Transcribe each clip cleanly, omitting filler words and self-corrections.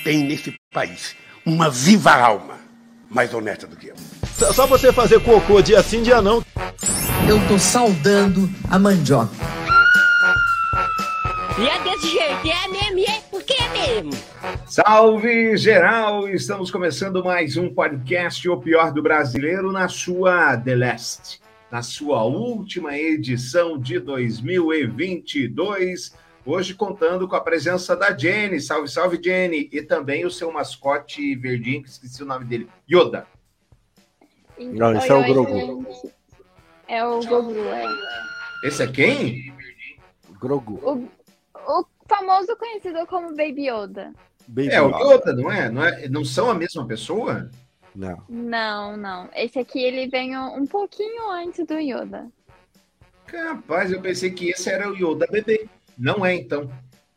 tem nesse país uma viva alma mais honesta do que eu. Só você fazer cocô dia sim, dia não. Eu tô saudando a mandioca. E é desse jeito, é mesmo, é porque é mesmo. Salve geral, estamos começando mais um podcast O Pior do Brasileiro na sua The Last, na sua última edição de 2022, hoje contando com a presença da Jenny. Salve, salve Jenny, e também o seu mascote verdinho, que esqueci o nome dele, Yoda. Não, esse é o Grogu. É o Grogu, Esse é quem? Grogu. O famoso conhecido como Baby Yoda. O Yoda, não é? Não são a mesma pessoa? Não. Esse aqui, ele vem um pouquinho antes do Yoda. Capaz, eu pensei que esse era o Yoda bebê. Não é, então.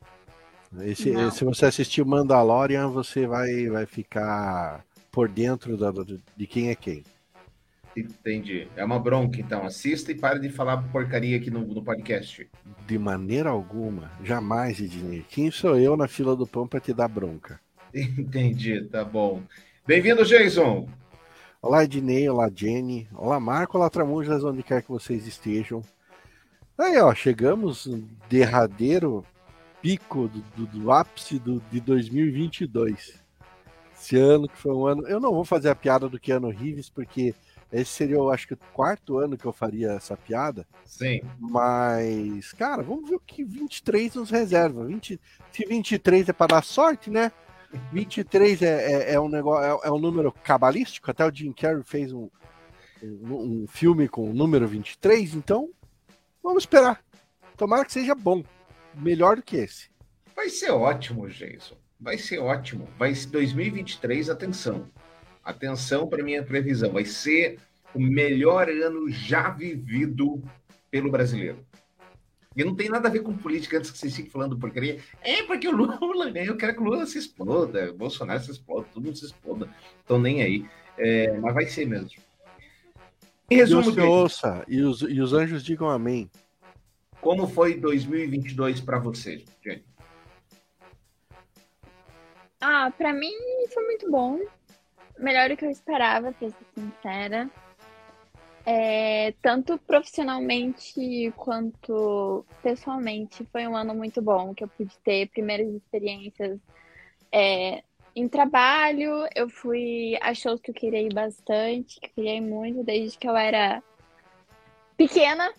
Se você assistir Mandalorian, você vai ficar por dentro de quem é quem. Entendi. É uma bronca, então. Assista e pare de falar porcaria aqui no podcast. De maneira alguma. Jamais, Ednei. Quem sou eu na fila do pão para te dar bronca? Entendi, tá bom. Bem-vindo, Jason. Olá, Ednei. Olá, Jenny. Olá, Marco. Olá, Tramujas, onde quer que vocês estejam. Aí, ó, chegamos no derradeiro pico do ápice de 2022. Esse ano que foi um ano... Eu não vou fazer a piada do Keanu Reeves, porque esse seria, eu acho que, o quarto ano que eu faria essa piada. Sim. Mas, cara, vamos ver o que 23 nos reserva. Se 23 é para dar sorte, né? 23 é um negócio, é um número cabalístico. Até o Jim Carrey fez um filme com o número 23, então vamos esperar. Tomara que seja bom. Melhor do que esse. Vai ser ótimo, Jason. Vai ser ótimo. Vai ser 2023, atenção. Atenção para minha previsão. Vai ser o melhor ano já vivido pelo brasileiro. E não tem nada a ver com política, antes que vocês fiquem falando porcaria. É porque o Lula ganhou, eu quero que o Lula se exploda, o Bolsonaro se exploda, todo mundo se exploda. Estão nem aí. Mas vai ser mesmo. Em resumo, Deus ouça, e os anjos digam amém. Como foi 2022 para você, Jenny? Pra mim foi muito bom. Melhor do que eu esperava, pra ser sincera. Tanto profissionalmente quanto pessoalmente, foi um ano muito bom, que eu pude ter primeiras experiências em trabalho. Eu fui a shows que eu queria ir bastante, que eu queria ir muito, desde que eu era pequena.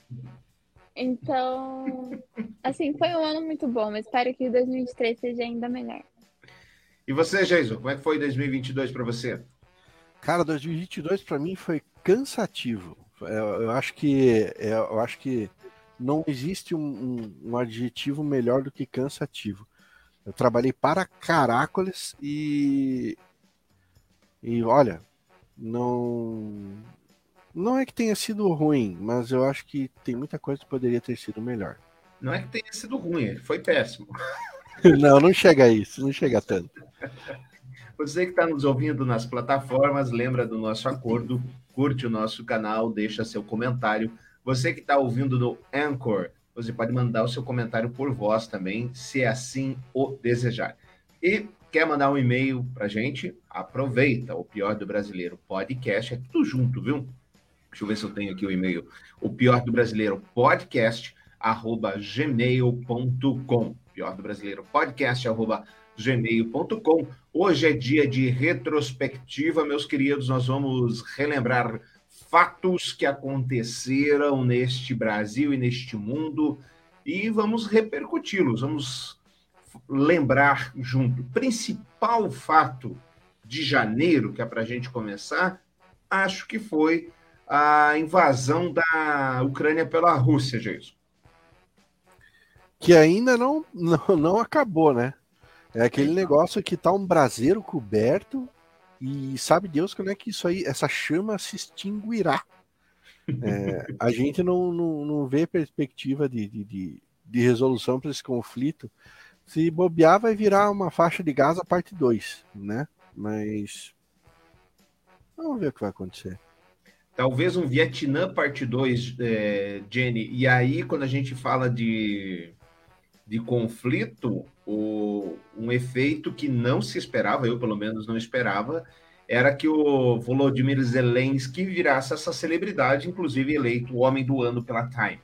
Então, assim, foi um ano muito bom, mas espero que 2023 seja ainda melhor. E você, Jason, como é que foi 2022 para você? Cara, 2022 para mim foi cansativo. Eu acho que não existe um adjetivo melhor do que cansativo. Eu trabalhei para caracoles e olha, não é que tenha sido ruim, mas eu acho que tem muita coisa que poderia ter sido melhor. Não é que tenha sido ruim, foi péssimo. Não chega a isso, não chega tanto. Você que está nos ouvindo nas plataformas, lembra do nosso acordo, curte o nosso canal, deixa seu comentário. Você que está ouvindo no Anchor, você pode mandar o seu comentário por voz também, se assim o desejar. E quer mandar um e-mail para a gente? Aproveita, O Pior do Brasileiro Podcast, é tudo junto, viu? Deixa eu ver se eu tenho aqui o e-mail. O Pior do Brasileiro Podcast, @gmail.com. Pior do Brasileiro Podcast, @gmail.com. Hoje é dia de retrospectiva, meus queridos. Nós vamos relembrar fatos que aconteceram neste Brasil e neste mundo e vamos repercuti-los. Vamos lembrar junto. Principal fato de janeiro, que é para a gente começar, acho que foi a invasão da Ucrânia pela Rússia, Jason. Que ainda não acabou, né? É aquele negócio que tá um braseiro coberto e sabe Deus quando é que essa chama se extinguirá. A gente não vê perspectiva de resolução para esse conflito. Se bobear, vai virar uma faixa de Gaza parte 2, né? Mas vamos ver o que vai acontecer. Talvez um Vietnã parte 2, Jenny. E aí, quando a gente fala de de conflito, um efeito que não se esperava, eu pelo menos não esperava, era que o Volodymyr Zelensky virasse essa celebridade, inclusive eleito o Homem do Ano pela Time.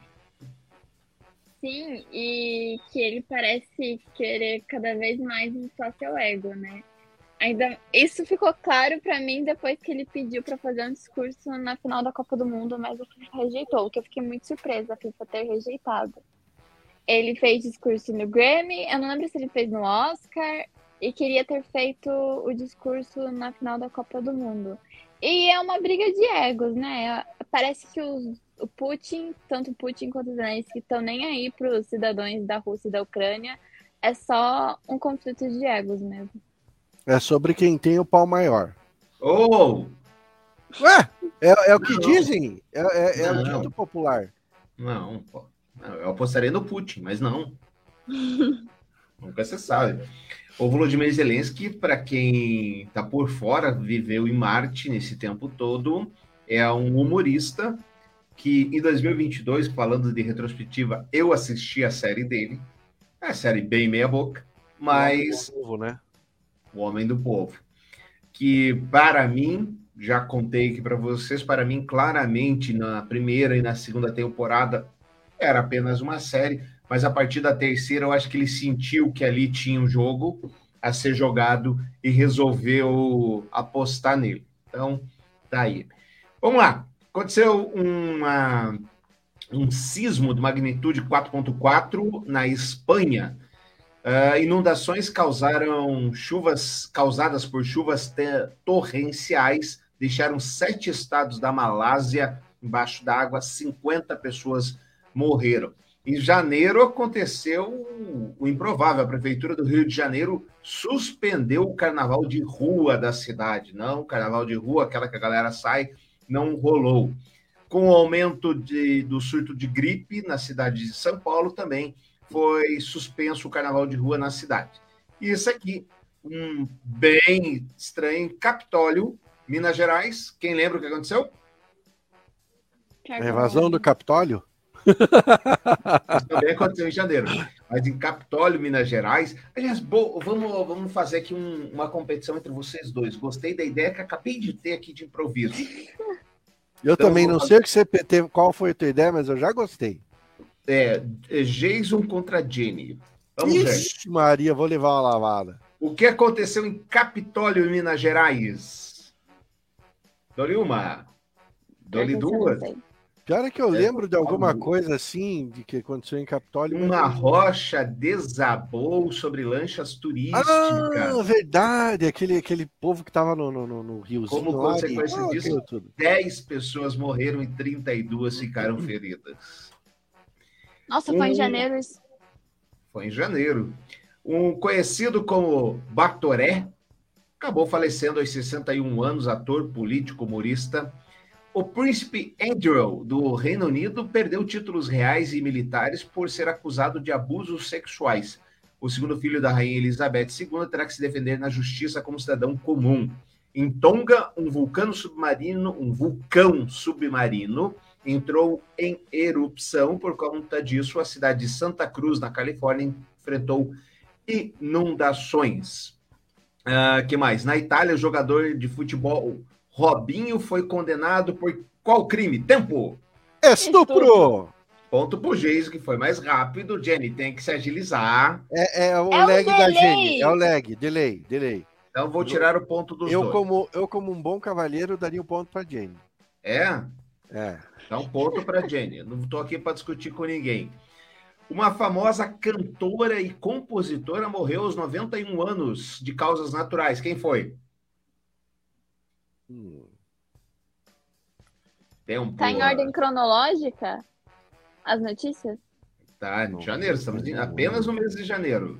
Sim, e que ele parece querer cada vez mais inflar seu ego, né? Isso ficou claro para mim depois que ele pediu para fazer um discurso na final da Copa do Mundo, mas a FIFA rejeitou, o que eu fiquei muito surpresa, a FIFA ter rejeitado. Ele fez discurso no Grammy, eu não lembro se ele fez no Oscar, e queria ter feito o discurso na final da Copa do Mundo. E é uma briga de egos, né? Parece que o Putin, tanto o Putin quanto o Zelensky, estão nem aí para os cidadãos da Rússia e da Ucrânia. É só um conflito de egos mesmo. É sobre quem tem o pau maior. Oh! Ué, é o que dizem. É o dito popular. Não, pô. Eu apostaria no Putin, mas não. Nunca se sabe. O Volodymyr Zelensky, para quem está por fora, viveu em Marte nesse tempo todo, é um humorista que em 2022, falando de retrospectiva, eu assisti a série dele. É a série bem meia boca, mas... O povo, né? O Homem do Povo. Que, para mim, já contei aqui para vocês, para mim, claramente, na primeira e na segunda temporada, era apenas uma série, mas a partir da terceira eu acho que ele sentiu que ali tinha um jogo a ser jogado e resolveu apostar nele. Então, tá aí. Vamos lá. Aconteceu um sismo de magnitude 4.4 na Espanha. Inundações causadas por chuvas torrenciais deixaram 7 estados da Malásia embaixo d'água, 50 pessoas morreram. Em janeiro aconteceu o improvável. A Prefeitura do Rio de Janeiro suspendeu o carnaval de rua da cidade. Não, o carnaval de rua, aquela que a galera sai, não rolou. Com o aumento do surto de gripe na cidade de São Paulo, também foi suspenso o carnaval de rua na cidade. E isso aqui, bem estranho, Capitólio, Minas Gerais. Quem lembra o que aconteceu? A invasão do Capitólio? Isso também aconteceu em janeiro. Mas em Capitólio, Minas Gerais... Aliás, vamos fazer aqui uma competição entre vocês dois. Gostei da ideia que acabei de ter aqui de improviso. Eu então, também não sei o que você teve, qual foi a tua ideia, mas eu já gostei. Jason contra Jenny. Vamos Ixi, ver. Maria, vou levar uma lavada. O que aconteceu em Capitólio, Minas Gerais? Dou-lhe uma. Dou-lhe duas. Pior é que eu lembro de alguma coisa assim, de que aconteceu em Capitólio. Uma rocha desabou sobre lanchas turísticas. Ah, verdade. Aquele povo que estava no riozinho. Como consequência disso, 10 pessoas morreram e 32 ficaram feridas. Nossa, foi em janeiro isso. Foi em janeiro. Um conhecido como Batoré acabou falecendo aos 61 anos, ator, político, humorista. O príncipe Andrew, do Reino Unido, perdeu títulos reais e militares por ser acusado de abusos sexuais. O segundo filho da rainha Elizabeth II terá que se defender na justiça como cidadão comum. Em Tonga, um vulcão submarino entrou em erupção. Por conta disso, a cidade de Santa Cruz, na Califórnia, enfrentou inundações. Que mais? Na Itália, o jogador de futebol Robinho foi condenado por qual crime? Tempo! Estupro! Ponto pro Geis, que foi mais rápido. Jenny, tem que se agilizar. É o lag da Jenny. É o lag, delay. Então, vou tirar o ponto dos dois. Eu, como um bom cavalheiro, daria um ponto pra Jenny. É? É. Dá um ponto pra Jenny. Não estou aqui para discutir com ninguém. Uma famosa cantora e compositora morreu aos 91 anos de causas naturais. Quem foi? Tá em ordem cronológica as notícias? Tá, em janeiro. Estamos apenas no mês de janeiro.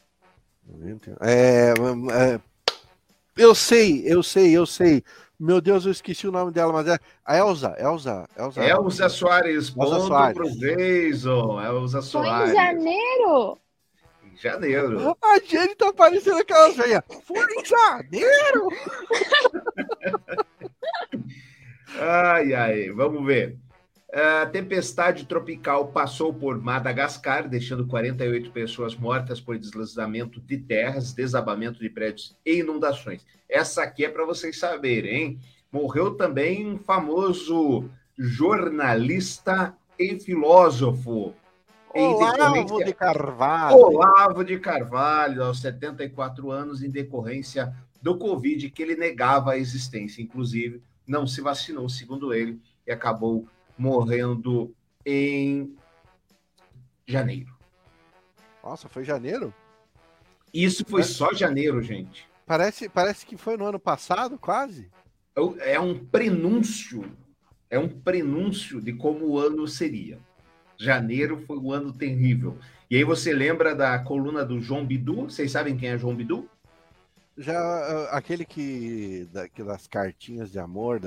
Eu sei. Meu Deus, eu esqueci o nome dela, mas é a Elza Soares. Ponto pro Jason. Elza Soares. Foi em janeiro? Em janeiro. A Jenny tá parecendo aquelas velhas. Foi em janeiro? Ai, vamos ver. A tempestade tropical passou por Madagascar, deixando 48 pessoas mortas por deslizamento de terras, desabamento de prédios e inundações. Essa aqui é para vocês saberem, hein? Morreu também um famoso jornalista e filósofo. Olavo de Carvalho. Olavo de Carvalho, aos 74 anos, em decorrência do Covid, que ele negava a existência. Inclusive, não se vacinou, segundo ele, e acabou morrendo em janeiro. Nossa, foi janeiro? Isso foi só janeiro, gente. Parece que foi no ano passado, quase. É um prenúncio de como o ano seria. Janeiro foi um ano terrível. E aí você lembra da coluna do João Bidu? Vocês sabem quem é João Bidu? Já aquele das cartinhas de amor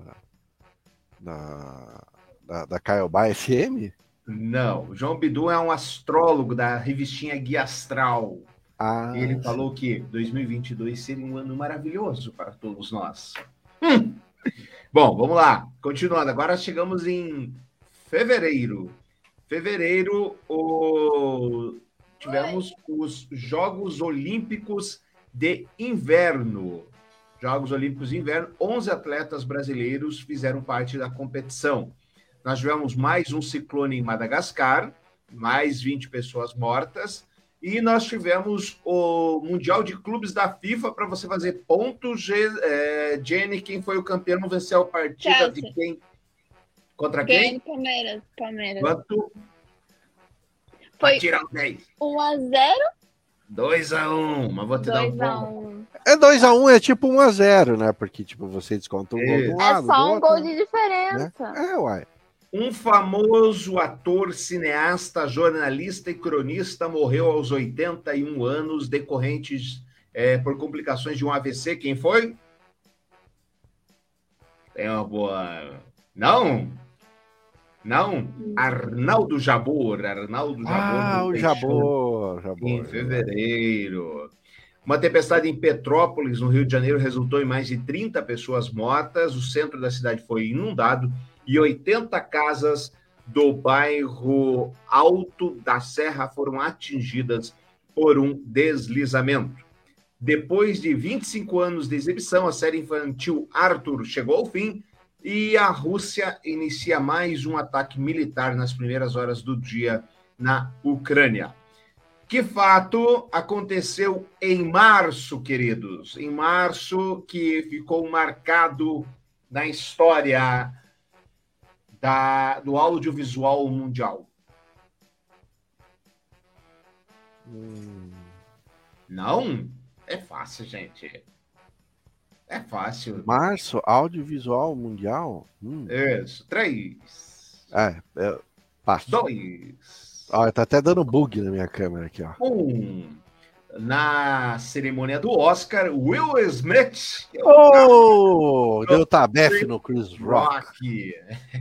da Caiobá FM? Não, o João Bidu é um astrólogo da revistinha Guia Astral. E ele falou que 2022 seria um ano maravilhoso para todos nós. Bom, vamos lá. Continuando, agora chegamos em fevereiro. Tivemos os Jogos Olímpicos de Inverno. Jogos Olímpicos de Inverno, 11 atletas brasileiros fizeram parte da competição. Nós tivemos mais um ciclone em Madagascar, mais 20 pessoas mortas, e nós tivemos o Mundial de Clubes da FIFA para você fazer pontos. Jenny, quem foi o campeão, venceu a partida Chelsea. De quem? Contra quem? Palmeiras. Quanto? Foi tirar o 10. 1-0? 2-1, mas vou te dar um ponto. 2-1 é tipo 1-0, né? Porque tipo, você desconta um gol de um É lado. só do um outro, gol de diferença. né? Uai. Um famoso ator, cineasta, jornalista e cronista morreu aos 81 anos, decorrentes por complicações de um AVC. Quem foi? Tem uma boa... Não? Arnaldo Jabor. O Jabor. Em fevereiro. Uma tempestade em Petrópolis, no Rio de Janeiro, resultou em mais de 30 pessoas mortas. O centro da cidade foi inundado e 80 casas do bairro Alto da Serra foram atingidas por um deslizamento. Depois de 25 anos de exibição, a série infantil Arthur chegou ao fim e a Rússia inicia mais um ataque militar nas primeiras horas do dia na Ucrânia. Que fato aconteceu em março, queridos? Em março, que ficou marcado na história do audiovisual mundial. Não? É fácil, gente. É fácil. Março, audiovisual mundial? Isso. 3. Passo. 2. Ó, tá até dando bug na minha câmera aqui, ó. 1. Na cerimônia do Oscar, Will Smith. Deu tabefe no Chris Rock.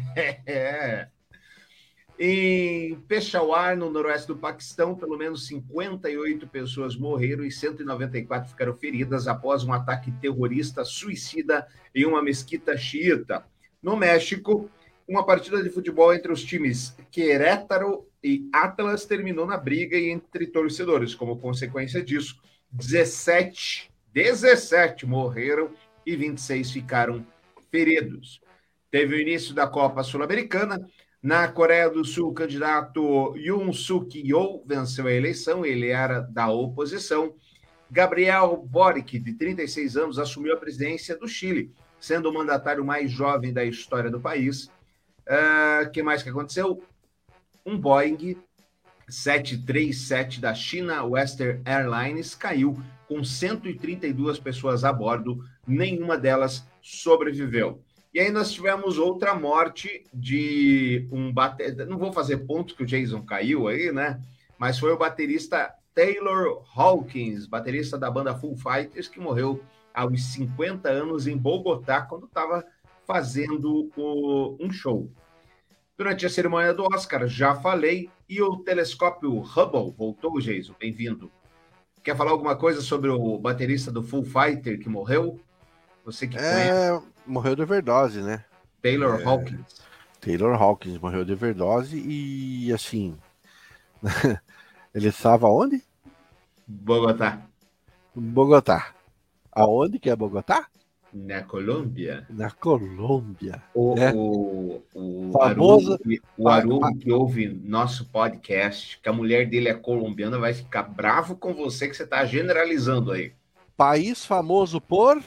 Em Peshawar, no noroeste do Paquistão, pelo menos 58 pessoas morreram e 194 ficaram feridas após um ataque terrorista suicida em uma mesquita xiita. No México, uma partida de futebol entre os times Querétaro e Atlas terminou na briga entre torcedores. Como consequência disso, 17 morreram e 26 ficaram feridos. Teve o início da Copa Sul-Americana. Na Coreia do Sul, o candidato Yoon Suk Yeol venceu a eleição, ele era da oposição. Gabriel Boric, de 36 anos, assumiu a presidência do Chile, sendo o mandatário mais jovem da história do país. Que mais que aconteceu? Um Boeing 737 da China Western Airlines caiu com 132 pessoas a bordo, nenhuma delas sobreviveu. E aí nós tivemos outra morte de um baterista, não vou fazer ponto que o Jason caiu aí, né? Mas foi o baterista Taylor Hawkins, baterista da banda Foo Fighters, que morreu aos 50 anos em Bogotá, quando estava fazendo um show. Durante a cerimônia do Oscar, já falei, e o telescópio Hubble voltou, Jason, bem-vindo. Quer falar alguma coisa sobre o baterista do Foo Fighter que morreu? Você que conhece. Morreu de overdose, né? Taylor Hawkins. Taylor Hawkins morreu de overdose e, assim, ele estava onde? Bogotá. Bogotá. Aonde que é Bogotá? Na Colômbia. Na Colômbia. O famoso... Haroldo que ouve nosso podcast, que a mulher dele é colombiana, vai ficar bravo com você que você está generalizando aí. País famoso por?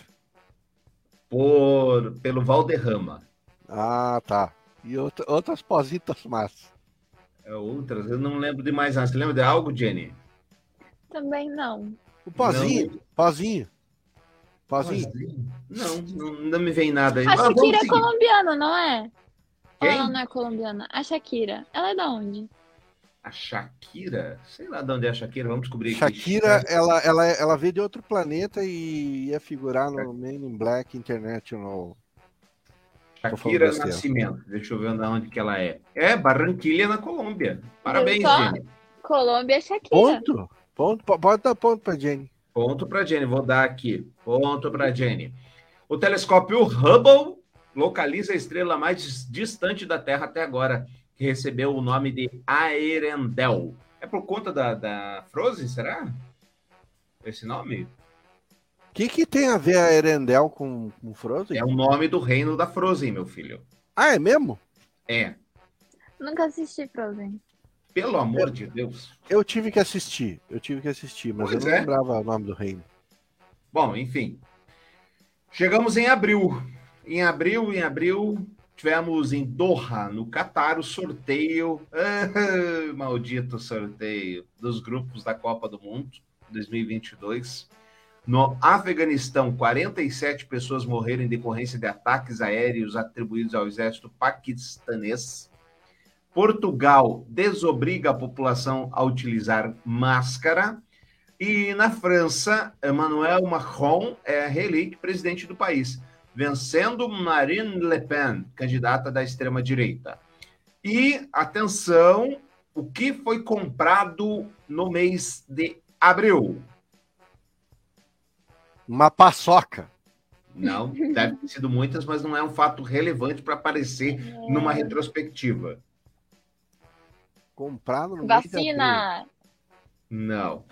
Pelo Valderrama. Ah, tá. E outras positas más. Outras, eu não lembro de mais nada. Você lembra de algo, Jenny? Também não. O Pozinho. Pozinho. Não me vem nada aí. A Shakira é colombiana, não é? Quem? Ou ela não é colombiana? A Shakira. Ela é da onde? A Shakira? Sei lá de onde é a Shakira, vamos descobrir aqui. Shakira, ela veio de outro planeta e ia figurar no Men in Black International. Shakira Nascimento. Deixa eu ver onde que ela é. É, Barranquilha, na Colômbia. Parabéns, Jenny. Colômbia é Shakira. Ponto. Pode dar ponto pra Jenny. Ponto para Jenny, vou dar aqui. Ponto para Jenny. O telescópio Hubble localiza a estrela mais distante da Terra até agora, que recebeu o nome de Earendel. É por conta da Frozen, será? Esse nome? O que tem a ver a Earendel com Frozen? É o nome do reino da Frozen, meu filho. Ah, é mesmo? É. Nunca assisti Frozen. Pelo amor de Deus. Eu tive que assistir, mas eu não lembrava o nome do reino. Bom, enfim. Chegamos em abril. Em abril, tivemos em Doha, no Catar, o sorteio, maldito sorteio, dos grupos da Copa do Mundo 2022. No Afeganistão, 47 pessoas morreram em decorrência de ataques aéreos atribuídos ao exército paquistanês. Portugal desobriga a população a utilizar máscara. E na França, Emmanuel Macron é reeleito presidente do país, vencendo Marine Le Pen, candidata da extrema-direita. E, atenção, o que foi comprado no mês de abril? Uma paçoca. Não, deve ter sido muitas, mas não é um fato relevante para aparecer numa retrospectiva. Comprado no Vacina! Não.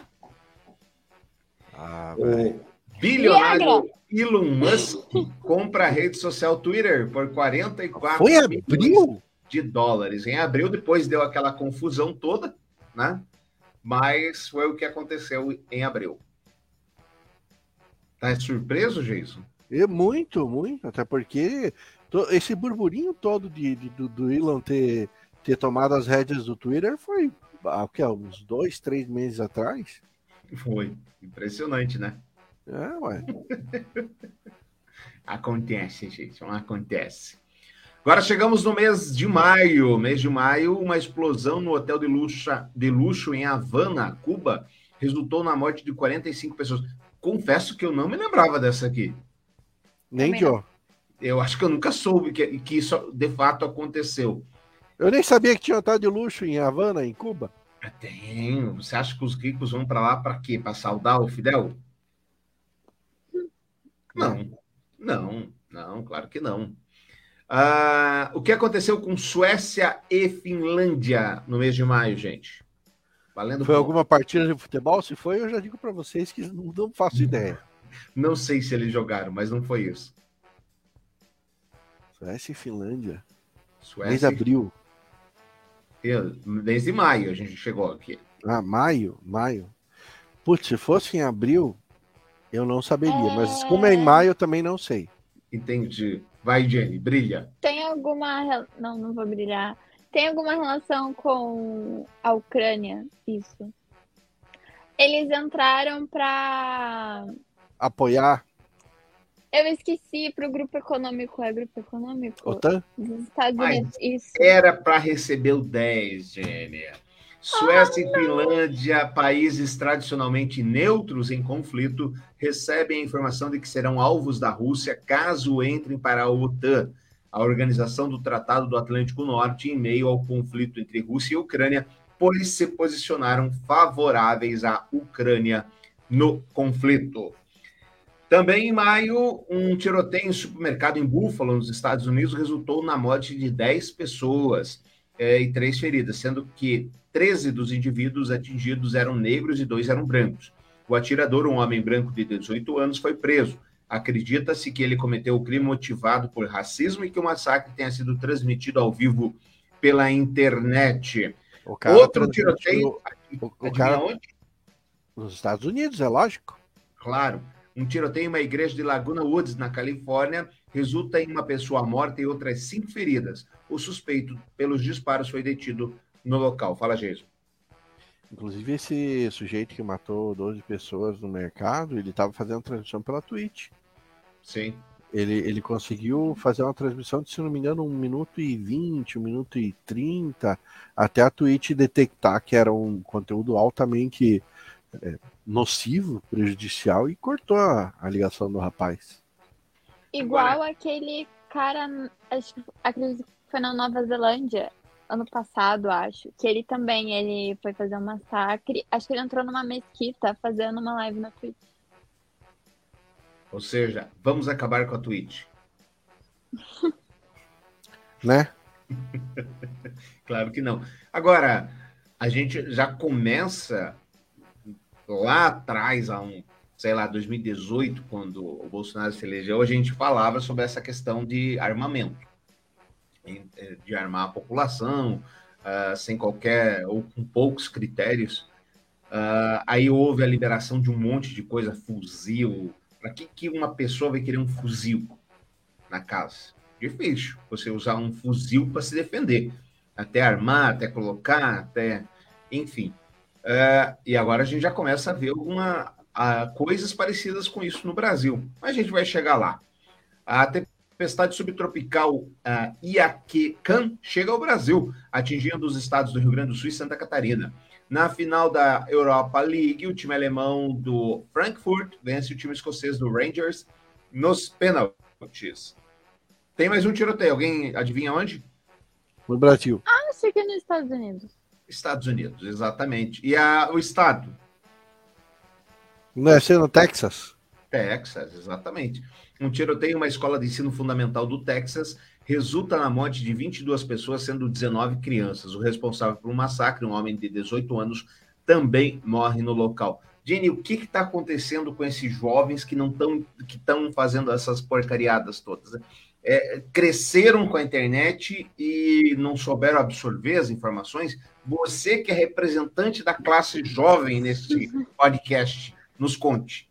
O bilionário Elon Musk compra a rede social Twitter por 44 Foi abril? de dólares. Em abril, depois deu aquela confusão toda, né? Mas foi o que aconteceu em abril. Tá surpreso, Jason? Muito. Até porque esse burburinho todo do Elon ter tomado as rédeas do Twitter foi uns 2, 3 meses atrás. Foi. Impressionante, né? Ué. Acontece, gente. Não acontece. Agora chegamos no mês de maio. Mês de maio, uma explosão no hotel de luxo em Havana, Cuba, resultou na morte de 45 pessoas. Confesso que eu não me lembrava dessa aqui. Nem eu. Eu acho que eu nunca soube que isso de fato aconteceu. Eu nem sabia que tinha hotel de luxo em Havana, em Cuba. Tem. Você acha que os ricos vão para lá para quê? Para saudar o Fidel? Não, claro que não. O que aconteceu com Suécia e Finlândia no mês de maio, gente? Valendo foi alguma partida de futebol? Se foi, eu já digo para vocês que não faço ideia. Não sei se eles jogaram, mas não foi isso. Suécia e Finlândia. Mês de abril. Mês de maio a gente chegou aqui. Maio. Putz, se fosse em abril, eu não saberia. Mas como é em maio, eu também não sei. Entendi. Vai, Jenny, brilha. Tem alguma... Não vou brilhar. Tem alguma relação com a Ucrânia, isso? Eles entraram para... apoiar? Eu esqueci, para o grupo econômico. É grupo econômico? OTAN? Dos Estados Unidos, isso. Era para receber o 10, Jenny. Suécia e Finlândia, países tradicionalmente neutros em conflito, recebem a informação de que serão alvos da Rússia caso entrem para a OTAN, a Organização do Tratado do Atlântico Norte, em meio ao conflito entre Rússia e Ucrânia, pois se posicionaram favoráveis à Ucrânia no conflito. Também em maio, um tiroteio em supermercado em Buffalo, nos Estados Unidos, resultou na morte de 10 pessoas e 3 feridas, sendo que 13 dos indivíduos atingidos eram negros e 2 eram brancos. O atirador, um homem branco de 18 anos, foi preso. Acredita-se que ele cometeu o crime motivado por racismo e que o massacre tenha sido transmitido ao vivo pela internet. Outro tiroteio... O cara onde? Nos Estados Unidos, é lógico. Claro. Um tiroteio em uma igreja de Laguna Woods, na Califórnia, resulta em uma pessoa morta e outras 5 feridas. O suspeito pelos disparos foi detido no local. Fala, Jason. Inclusive, esse sujeito que matou 12 pessoas no mercado, ele estava fazendo transmissão pela Twitch. Sim. Ele conseguiu fazer uma transmissão de, se não me engano, 1 minuto e 20, 1 minuto e 30, até a Twitch detectar que era um conteúdo altamente nocivo, prejudicial, e cortou a ligação do rapaz. Igual aquele cara, acredito que foi na Nova Zelândia, ano passado, acho, que ele foi fazer um massacre, acho que ele entrou numa mesquita fazendo uma live na Twitch. Ou seja, vamos acabar com a Twitch. Né? Claro que não. Agora, a gente já começa lá atrás, 2018, quando o Bolsonaro se elegeu, a gente falava sobre essa questão de armamento, de armar a população, sem qualquer, ou com poucos critérios. Aí houve a liberação de um monte de coisa, fuzil. Para que uma pessoa vai querer um fuzil na casa? Difícil você usar um fuzil para se defender. Até armar, até colocar, até... Enfim. E agora a gente já começa a ver coisas parecidas com isso no Brasil. Mas a gente vai chegar lá. A tempestade subtropical Iaquecã chega ao Brasil, atingindo os estados do Rio Grande do Sul e Santa Catarina. Na final da Europa League, o time alemão do Frankfurt vence o time escocês do Rangers nos pênaltis. Tem mais um tiroteio. Alguém adivinha onde? No Brasil. Acho que é nos Estados Unidos. Estados Unidos, exatamente. E o estado? Não é ser no Texas? Texas, exatamente. Um tiroteio em uma escola de ensino fundamental do Texas resulta na morte de 22 pessoas, sendo 19 crianças. O responsável por um massacre, um homem de 18 anos, também morre no local. Jenny, o que está acontecendo com esses jovens que estão fazendo essas porcariadas todas? Cresceram com a internet e não souberam absorver as informações? Você que é representante da classe jovem nesse podcast, nos conte.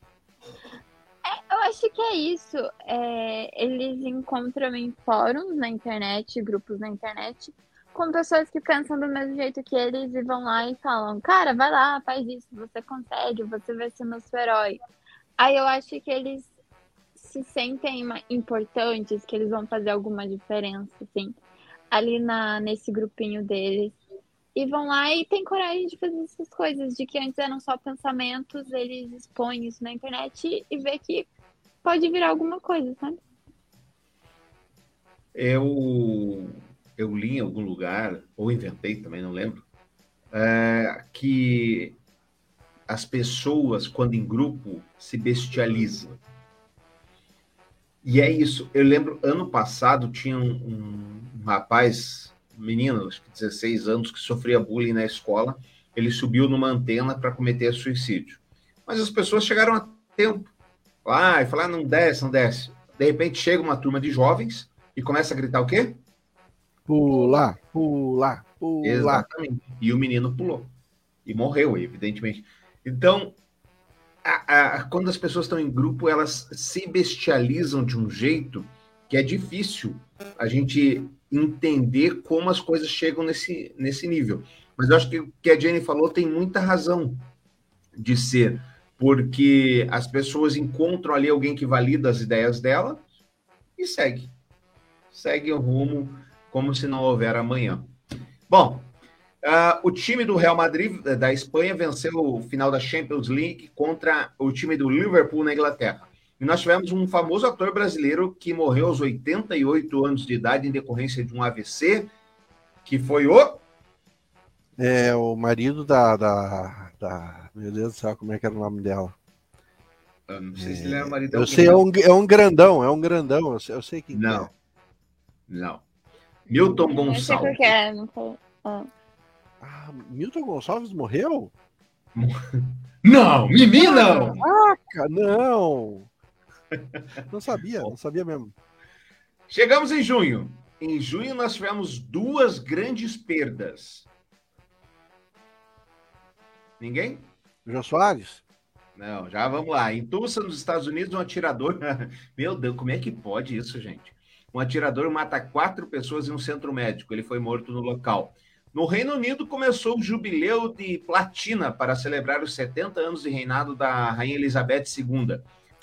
Eu acho que é isso. Eles encontram em fóruns na internet, grupos na internet, com pessoas que pensam do mesmo jeito que eles e vão lá e falam: cara, vai lá, faz isso, você consegue, você vai ser nosso herói. Aí eu acho que eles se sentem importantes, que eles vão fazer alguma diferença, assim, ali nesse grupinho deles. E vão lá e tem coragem de fazer essas coisas, de que antes eram só pensamentos, eles expõem isso na internet e vê que pode virar alguma coisa, sabe? Eu li em algum lugar, ou inventei também, não lembro, que as pessoas, quando em grupo, se bestializam. E é isso. Eu lembro, ano passado, tinha um rapaz, um menino, acho que 16 anos, que sofria bullying na escola. Ele subiu numa antena para cometer suicídio. Mas as pessoas chegaram a tempo. E falaram, não desce, não desce. De repente, chega uma turma de jovens e começa a gritar o quê? Pula, pula, pula. Exatamente. E o menino pulou. E morreu, evidentemente. Então, quando as pessoas estão em grupo, elas se bestializam de um jeito que é difícil a gente entender como as coisas chegam nesse nível. Mas eu acho que o que a Jenny falou tem muita razão de ser, porque as pessoas encontram ali alguém que valida as ideias dela e segue o rumo como se não houver amanhã. Bom, o time do Real Madrid da Espanha venceu o final da Champions League contra o time do Liverpool na Inglaterra. E nós tivemos um famoso ator brasileiro que morreu aos 88 anos de idade em decorrência de um AVC, que foi o marido da... Meu Deus do céu, como é que era o nome dela? Eu não sei se ele era marido de Eu alguém. sei, é um grandão, eu sei quem Não. é. Não. Milton Eu sei qual Gonçalves. que é, não foi. Ah, Milton Gonçalves morreu? Não, Mimi não! Não! Não sabia mesmo. Chegamos em junho. Em junho nós tivemos 2 grandes perdas. Ninguém? Jô Soares? Não, já vamos lá. Em Tulsa, nos Estados Unidos, um atirador... Meu Deus, como é que pode isso, gente? Um atirador mata 4 pessoas em um centro médico. Ele foi morto no local. No Reino Unido, começou o jubileu de platina para celebrar os 70 anos de reinado da Rainha Elizabeth II.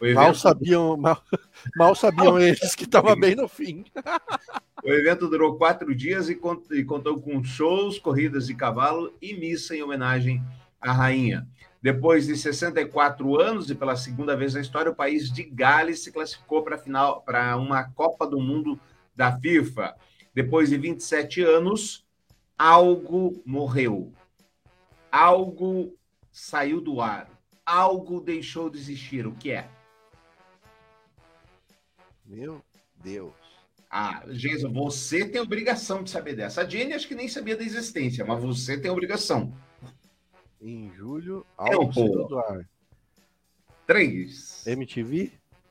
Mal sabiam eles que estava bem no fim. O evento durou 4 dias e contou com shows, corridas de cavalo e missa em homenagem à rainha. Depois de 64 anos e pela segunda vez na história, o país de Gales se classificou para uma Copa do Mundo da FIFA. Depois de 27 anos, algo morreu. Algo saiu do ar. Algo deixou de existir. O que é? Meu Deus. Jason, você tem obrigação de saber dessa. A Jenny acho que nem sabia da existência, mas você tem obrigação. Em julho, algo saiu do ar. 3. MTV?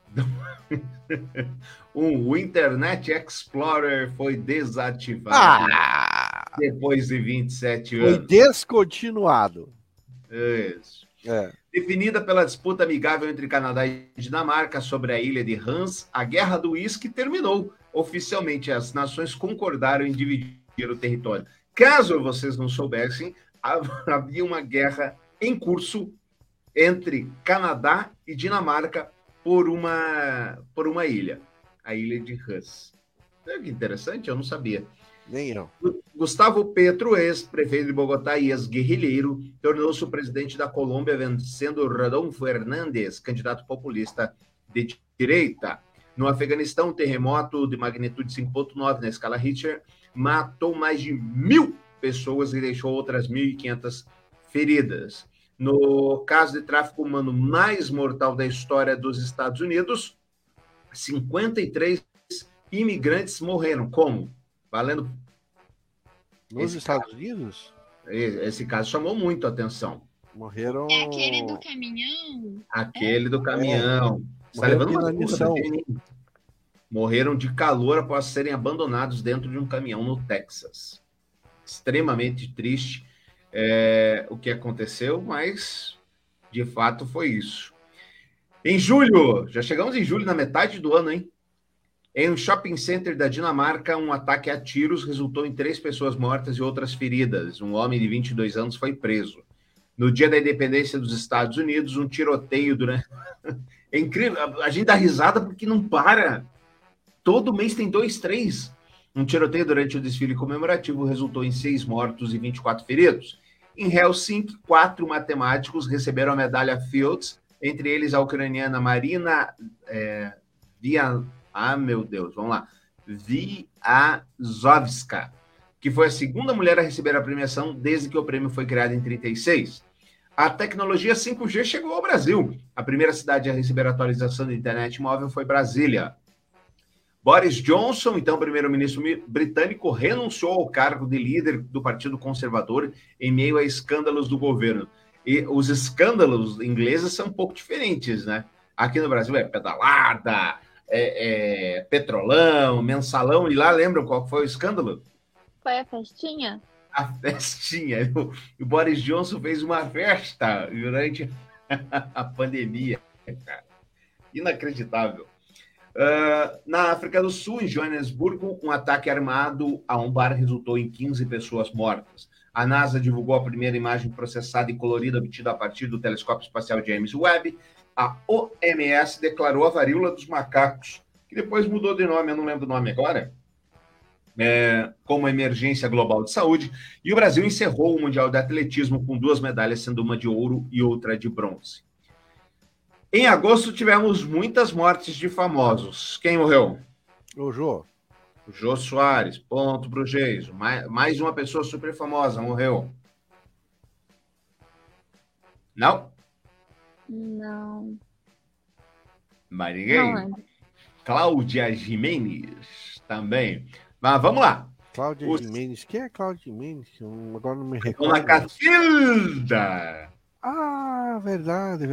O Internet Explorer foi desativado depois de 27 anos. Foi descontinuado. Isso. É. Definida pela disputa amigável entre Canadá e Dinamarca sobre a ilha de Hans, a Guerra do Uísque terminou. Oficialmente, as nações concordaram em dividir o território. Caso vocês não soubessem, havia uma guerra em curso entre Canadá e Dinamarca por uma ilha, a ilha de Hans. Que interessante, eu não sabia. Nem eu. Gustavo Petro, ex-prefeito de Bogotá e ex-guerrilheiro, tornou-se o presidente da Colômbia, vencendo Rodolfo Hernández, candidato populista de direita. No Afeganistão, um terremoto de magnitude 5.9 na escala Richter matou mais de 1.000 pessoas e deixou outras 1.500 feridas. No caso de tráfico humano mais mortal da história dos Estados Unidos, 53 imigrantes morreram. Como? Valendo. Nos Estados Unidos? Esse caso chamou muito a atenção. Morreram. É aquele do caminhão? Aquele do caminhão. Você tá levando uma missão. Morreram de calor após serem abandonados dentro de um caminhão no Texas. Extremamente triste o que aconteceu, mas de fato foi isso. Em julho, já chegamos em julho, na metade do ano, hein? Em um shopping center da Dinamarca, um ataque a tiros resultou em 3 pessoas mortas e outras feridas. Um homem de 22 anos foi preso. No dia da independência dos Estados Unidos, um tiroteio durante... É incrível, a gente dá risada porque não para. Todo mês tem 2, 3. Um tiroteio durante o desfile comemorativo resultou em 6 mortos e 24 feridos. Em Helsinki, 4 matemáticos receberam a medalha Fields, entre eles a ucraniana Marina Viazovska, que foi a segunda mulher a receber a premiação desde que o prêmio foi criado em 1936. A tecnologia 5G chegou ao Brasil. A primeira cidade a receber a atualização da internet móvel foi Brasília. Boris Johnson, então primeiro-ministro britânico, renunciou ao cargo de líder do Partido Conservador em meio a escândalos do governo. E os escândalos ingleses são um pouco diferentes, né? Aqui no Brasil é pedalada, petrolão, mensalão, e lá lembram qual foi o escândalo? Foi a festinha? A festinha. O Boris Johnson fez uma festa durante a pandemia. Inacreditável. Na África do Sul, em Joanesburgo, um ataque armado a um bar resultou em 15 pessoas mortas. A NASA divulgou a primeira imagem processada e colorida obtida a partir do telescópio espacial James Webb. A OMS declarou a varíola dos macacos, que depois mudou de nome, eu não lembro o nome agora, como emergência global de saúde. E o Brasil encerrou o Mundial de Atletismo com 2 medalhas, sendo uma de ouro e outra de bronze. Em agosto, tivemos muitas mortes de famosos. Quem morreu? O Jô. O Jô Soares. Ponto para o Geiso. Mais uma pessoa super famosa morreu. Não? Não. Mais ninguém? Não, Cláudia Gimenez também. Mas vamos lá. Cláudia Gimenez. Quem é Cláudia Gimenez? Agora não me Dona recordo. Catilda! Ah, verdade.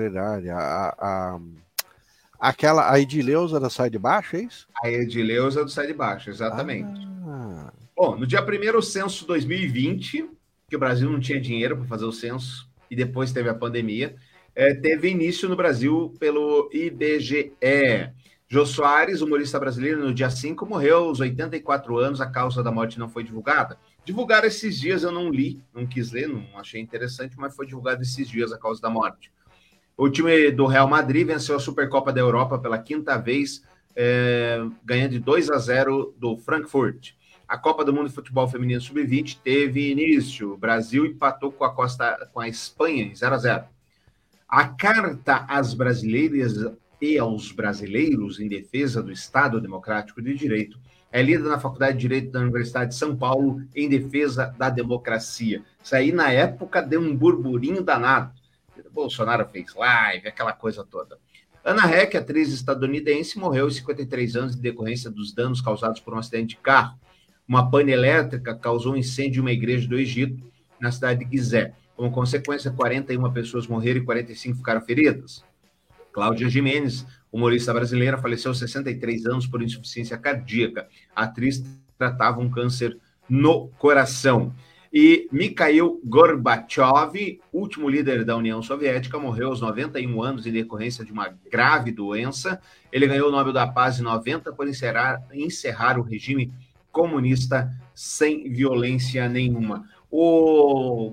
Aquela, a Edileuza da Sai de Baixo, é isso? A Edileuza do Sai de Baixo, exatamente. Ah. Bom, no dia 1º, o censo 2020, que o Brasil não tinha dinheiro para fazer o censo, e depois teve a pandemia, teve início no Brasil pelo IBGE. Jô Soares, humorista brasileiro, no dia 5, morreu aos 84 anos, a causa da morte não foi divulgada. Divulgaram esses dias, eu não li, não quis ler, não achei interessante, mas foi divulgado esses dias a causa da morte. O time do Real Madrid venceu a Supercopa da Europa pela 5ª vez, ganhando de 2-0 do Frankfurt. A Copa do Mundo de Futebol Feminino Sub-20 teve início. O Brasil empatou com a Espanha em 0-0. A carta às brasileiras e aos brasileiros em defesa do Estado Democrático de Direito é lida na Faculdade de Direito da Universidade de São Paulo em defesa da democracia. Isso aí, na época, deu um burburinho danado. O Bolsonaro fez live, aquela coisa toda. Ana Heck, atriz estadunidense, morreu aos 53 anos em decorrência dos danos causados por um acidente de carro. Uma pane elétrica causou um incêndio em uma igreja do Egito, na cidade de Gizé. Como consequência, 41 pessoas morreram e 45 ficaram feridas. Cláudia Gimenez, humorista brasileira, faleceu aos 63 anos por insuficiência cardíaca. A atriz tratava um câncer no coração. E Mikhail Gorbachev, último líder da União Soviética, morreu aos 91 anos em decorrência de uma grave doença. Ele ganhou o Nobel da Paz em 90 por encerrar o regime comunista sem violência nenhuma. O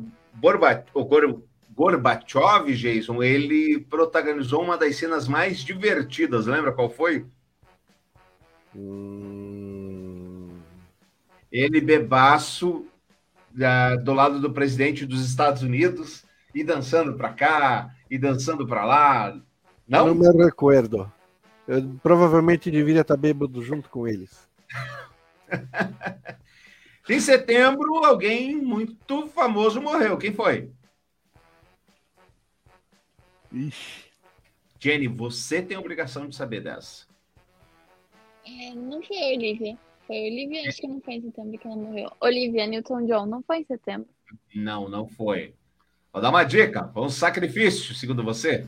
Gorbachev, Jason, ele protagonizou uma das cenas mais divertidas. Lembra qual foi? Ele bebaço do lado do presidente dos Estados Unidos e dançando para cá e dançando para lá. Não? Não me recuerdo. Eu provavelmente deveria estar bêbado junto com eles. Em setembro, alguém muito famoso morreu. Quem foi? Ixi. Jenny, você tem a obrigação de saber dessa. não foi a Olivia. Foi a Olivia, acho que não foi em setembro que ela morreu. Olivia Newton-John, não foi em setembro. Não foi. Vou dar uma dica. Foi um sacrifício, segundo você?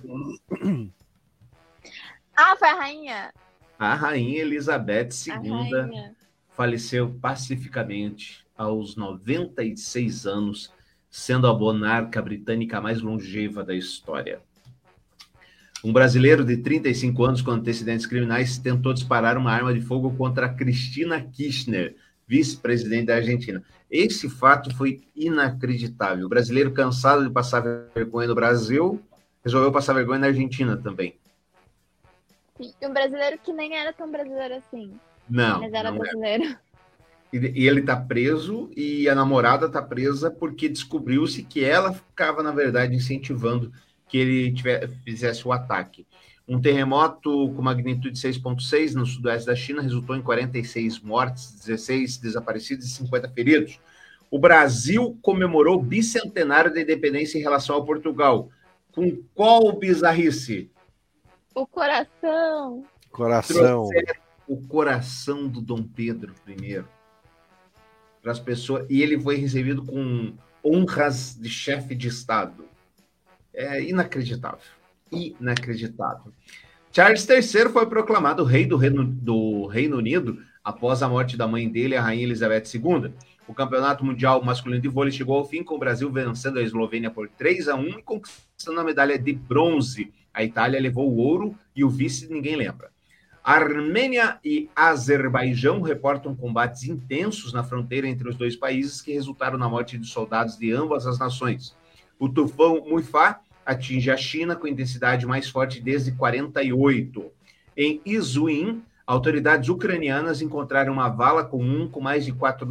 Foi a rainha. A rainha Elizabeth A II rainha. faleceu pacificamente aos 96 anos, sendo a monarca britânica mais longeva da história. Um brasileiro de 35 anos com antecedentes criminais tentou disparar uma arma de fogo contra Cristina Kirchner, vice-presidente da Argentina. Esse fato foi inacreditável. O brasileiro, cansado de passar vergonha no Brasil, resolveu passar vergonha na Argentina também. Sim, um brasileiro que nem era tão brasileiro assim. Não. Mas era não brasileiro. E ele está preso e a namorada está presa porque descobriu-se que ela ficava, na verdade, incentivando que ele fizesse o ataque. Um terremoto com magnitude 6,6 no sudoeste da China resultou em 46 mortes, 16 desaparecidos e 50 feridos. O Brasil comemorou o bicentenário da independência em relação ao Portugal. Com qual bizarrice? O coração. Trouxeram o coração do Dom Pedro I para as pessoas, e ele foi recebido com honras de chefe de Estado. É inacreditável. Inacreditável. Charles III foi proclamado rei do Reino Unido após a morte da mãe dele, a rainha Elizabeth II. O campeonato mundial masculino de vôlei chegou ao fim, com o Brasil vencendo a Eslovênia por 3-1 e conquistando a medalha de bronze. A Itália levou o ouro e o vice ninguém lembra. Armênia e Azerbaijão reportam combates intensos na fronteira entre os dois países que resultaram na morte de soldados de ambas as nações. O tufão Muifá atinge a China com intensidade mais forte desde 1948. Em Izuim, autoridades ucranianas encontraram uma vala comum com mais de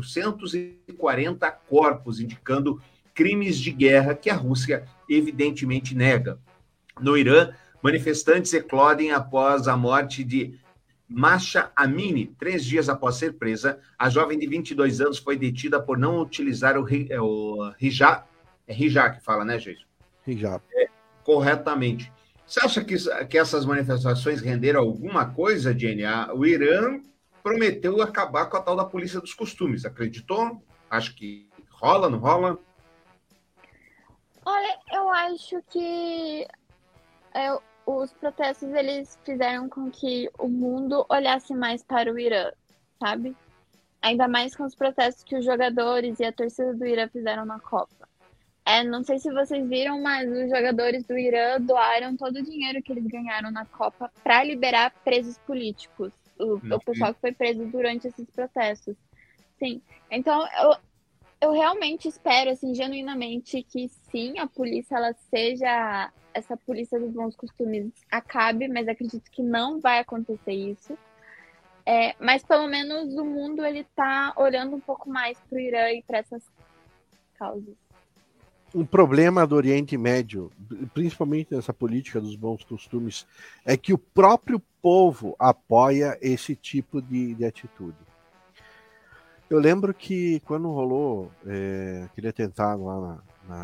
440 corpos, indicando crimes de guerra que a Rússia evidentemente nega. No Irã, manifestantes eclodem após a morte de Masha Amini. 3 dias após ser presa, a jovem de 22 anos foi detida por não utilizar o hijab. É hijab que fala, né, gente? Hijab. Corretamente. Você acha que essas manifestações renderam alguma coisa, Jenny? O Irã prometeu acabar com a tal da polícia dos costumes. Acreditou? Acho que rola, não rola? Olha, eu acho que os protestos eles fizeram com que o mundo olhasse mais para o Irã, sabe? Ainda mais com os protestos que os jogadores e a torcida do Irã fizeram na Copa. Não sei se vocês viram, mas os jogadores do Irã doaram todo o dinheiro que eles ganharam na Copa para liberar presos políticos. O pessoal que foi preso durante esses protestos. Sim. Então, eu realmente espero, assim, genuinamente, que sim, a polícia, ela seja... Essa polícia dos bons costumes acabe, mas acredito que não vai acontecer isso. Mas, pelo menos, o mundo, ele tá olhando um pouco mais pro Irã e para essas causas. Um problema do Oriente Médio, principalmente nessa política dos bons costumes, é que o próprio povo apoia esse tipo de atitude. Eu lembro que quando rolou aquele atentado lá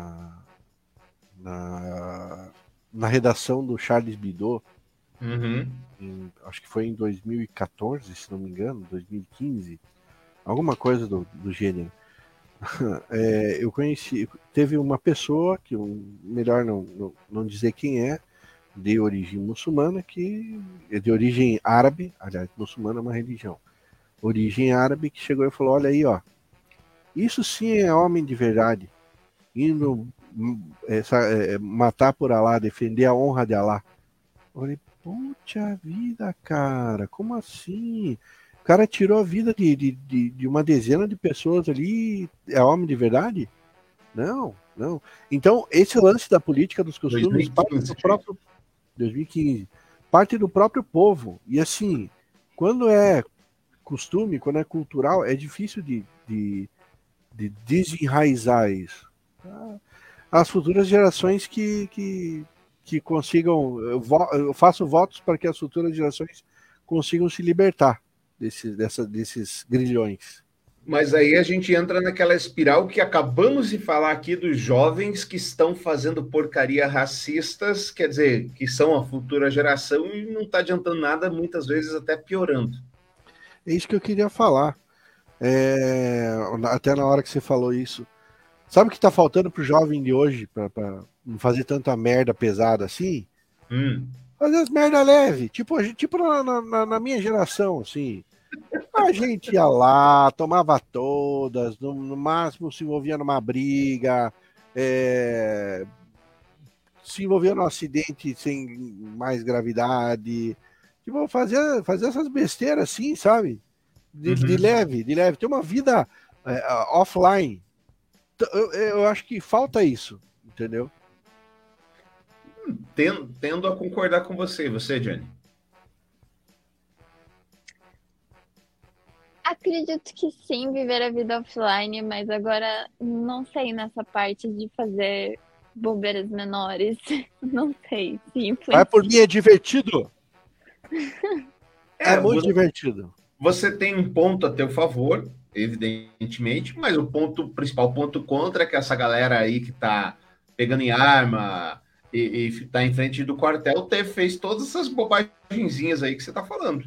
na redação do Charles Hebdo, acho que foi em 2014, se não me engano, 2015, alguma coisa do gênero. Eu conheci, teve uma pessoa que, melhor não dizer quem é, de origem muçulmana, que é de origem árabe, aliás, muçulmana é uma religião, origem árabe, que chegou e falou: olha aí, ó, isso sim é homem de verdade, indo matar por Alá, defender a honra de Alá. Eu falei: puxa vida, cara, como assim? O cara tirou a vida de uma dezena de pessoas ali, é homem de verdade? Não. Então, esse lance da política dos costumes 2015, parte do próprio 2015, parte do próprio povo. E assim, quando é costume, quando é cultural, é difícil de desenraizar isso. As futuras gerações que consigam, eu faço votos para que as futuras gerações consigam se libertar desses grilhões. Mas aí a gente entra naquela espiral que acabamos de falar aqui dos jovens que estão fazendo porcaria racistas, quer dizer, que são a futura geração e não está adiantando nada, muitas vezes até piorando. É isso que eu queria falar. Até na hora que você falou isso. Sabe o que está faltando pro jovem de hoje, para não fazer tanta merda pesada assim? Fazer as merda leve, tipo na minha geração, assim. A gente ia lá, tomava todas, no máximo se envolvia numa briga, se envolvia num acidente sem mais gravidade. Tipo, fazer essas besteiras assim, sabe? De leve. Ter uma vida offline. Eu acho que falta isso, entendeu? Tendo a concordar com você, Jenny. Acredito que sim, viver a vida offline, mas agora não sei nessa parte de fazer bobeiras menores. Não sei. Vai por mim, é divertido. Muito divertido. Você tem um ponto a teu favor, evidentemente, mas o principal ponto contra é que essa galera aí que tá pegando em arma e tá em frente do quartel fez todas essas bobagenzinhas aí que você tá falando.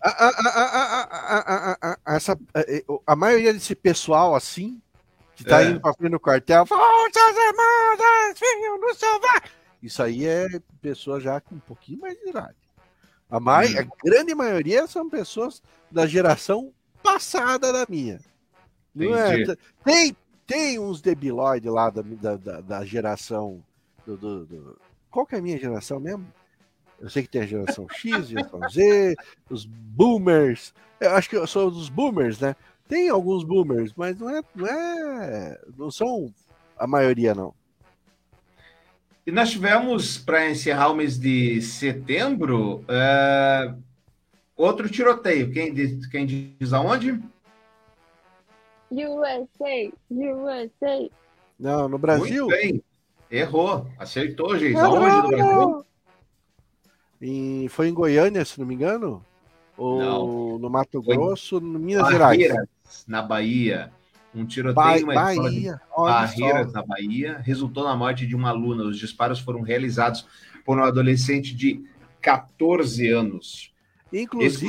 A maioria desse pessoal assim que tá indo pra frente do quartel, Forças Armadas, venham nos salvar. Isso aí é pessoa já com um pouquinho mais de idade. A grande maioria são pessoas da geração passada da minha. Não tem uns debilóides lá da geração Qual que é a minha geração mesmo? Eu sei que tem a geração X, geração Z, os boomers. Eu acho que eu sou dos boomers, né? Tem alguns boomers, mas não são a maioria, não. E nós tivemos, para encerrar o mês de setembro, outro tiroteio. Quem diz aonde? USA. Não, no Brasil? Muito bem. Errou. Acertou, gente. Aonde no Brasil? Foi em Goiânia, se não me engano? Ou no Mato Grosso, no Minas Gerais? Na Bahia. Um tiroteio em Bahia. Barreiras, na Bahia, resultou na morte de uma aluna. Os disparos foram realizados por um adolescente de 14 anos. Inclusive,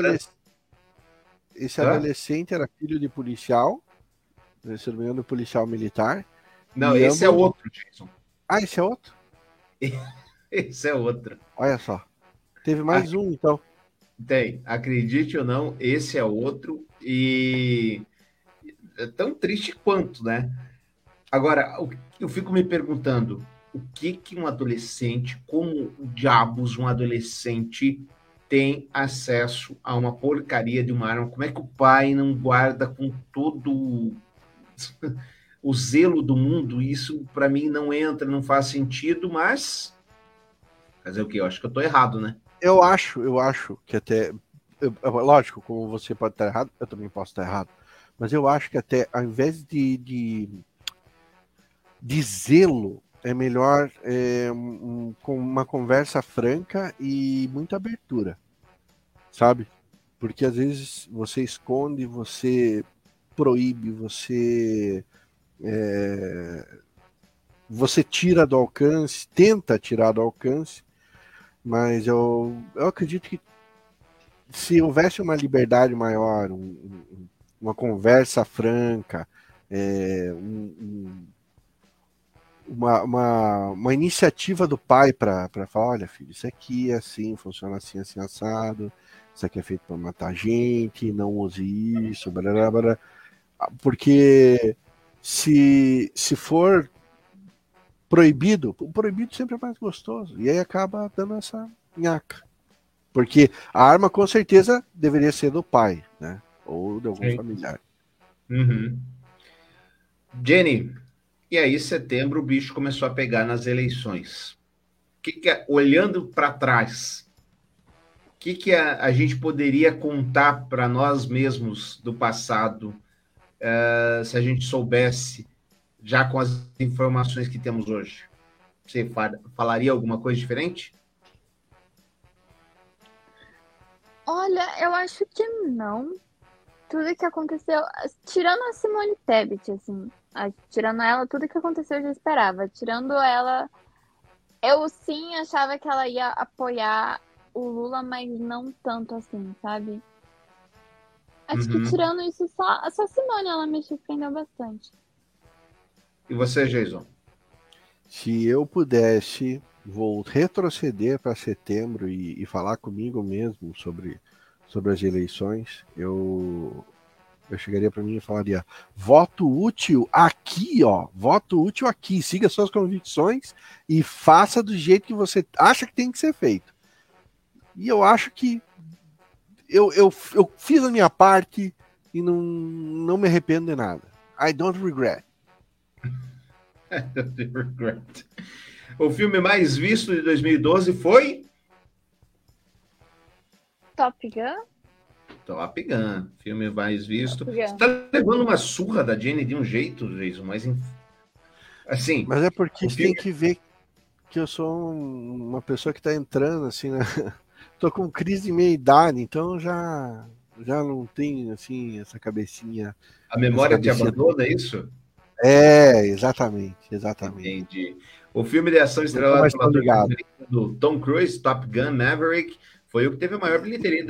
esse adolescente era filho de policial, se não me engano, policial militar. Não, esse é outro, Jason. Ah, esse é outro? Esse é outro. Olha só. Teve mais um, então. Tem. Acredite ou não, esse é outro. E é tão triste quanto, né? Agora, eu fico me perguntando, o que um adolescente, como diabos um adolescente tem acesso a uma porcaria de uma arma? Como é que o pai não guarda com todo o zelo do mundo? Isso, para mim, não entra, não faz sentido, mas... Fazer o quê? Eu acho que eu tô errado, né? Eu acho que até... lógico, como você pode estar errado, eu também posso estar errado. Mas eu acho que até, ao invés de zelo, é melhor com uma conversa franca e muita abertura, sabe? Porque às vezes você esconde, você proíbe, você tira do alcance, tenta tirar do alcance, mas eu acredito que se houvesse uma liberdade maior, uma conversa franca, uma iniciativa do pai para falar, olha filho, isso aqui é assim, funciona assim, assim, assado, isso aqui é feito para matar gente, não use isso, blá, blá, blá. Porque se for proibido, o proibido sempre é mais gostoso, e aí acaba dando essa nhaca. Porque a arma com certeza deveria ser do pai, né? Ou de algum familiar. Uhum. Jenny, e aí, setembro, o bicho começou a pegar nas eleições. Olhando para trás, o que a gente poderia contar para nós mesmos do passado, se a gente soubesse, já com as informações que temos hoje? Você falaria alguma coisa diferente? Olha, eu acho que não. Tudo que aconteceu, tirando a Simone Tebet, assim, tirando ela, tudo que aconteceu eu já esperava. Tirando ela, eu sim achava que ela ia apoiar o Lula, mas não tanto assim, sabe? Acho que tirando isso, só a Simone, ela me surpreendeu bastante. E você, Jason? Se eu pudesse retroceder para setembro e falar comigo mesmo sobre as eleições, eu chegaria para mim e falaria: voto útil aqui, ó, voto útil aqui, siga suas convicções e faça do jeito que você acha que tem que ser feito. E eu acho que eu fiz a minha parte e não me arrependo de nada. I don't regret. I don't regret. O filme mais visto de 2012 foi Top Gun? Top Gun, filme mais visto. Você tá levando uma surra da Jenny de um jeito, Jason, mas assim... Mas é porque você tem que ver que eu sou uma pessoa que tá entrando, assim, né? Tô com crise de meia-idade, então já não tenho, assim, essa cabecinha... A memória te abandona, é isso? Exatamente. Entendi. O filme de ação estrelado do Tom Cruise, Top Gun Maverick, foi o que teve a maior bilheteria em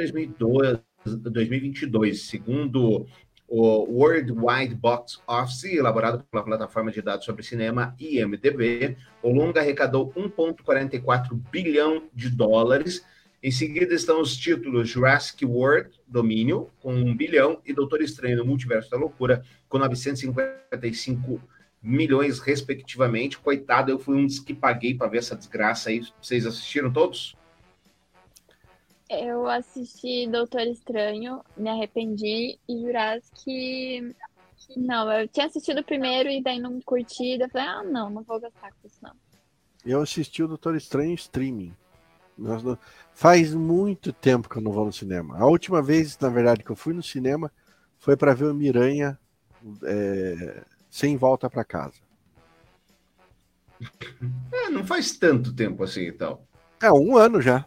2022, segundo o World Wide Box Office, elaborado pela plataforma de dados sobre cinema IMDb. O longa arrecadou 1,44 bilhão de dólares. Em seguida estão os títulos Jurassic World, Domínio, com 1 bilhão, e Doutor Estranho no Multiverso da Loucura, com 955 milhões, respectivamente. Coitado, eu fui um dos que paguei para ver essa desgraça aí. Vocês assistiram todos? Eu assisti Doutor Estranho, me arrependi, e Jurassic... Não, eu tinha assistido o primeiro e daí não curti, daí falei, não vou gastar com isso, não. Eu assisti o Doutor Estranho streaming. Faz muito tempo que eu não vou no cinema. A última vez, na verdade, que eu fui no cinema foi para ver o Miranha sem volta para casa. Não faz tanto tempo assim e tal. 1 ano já.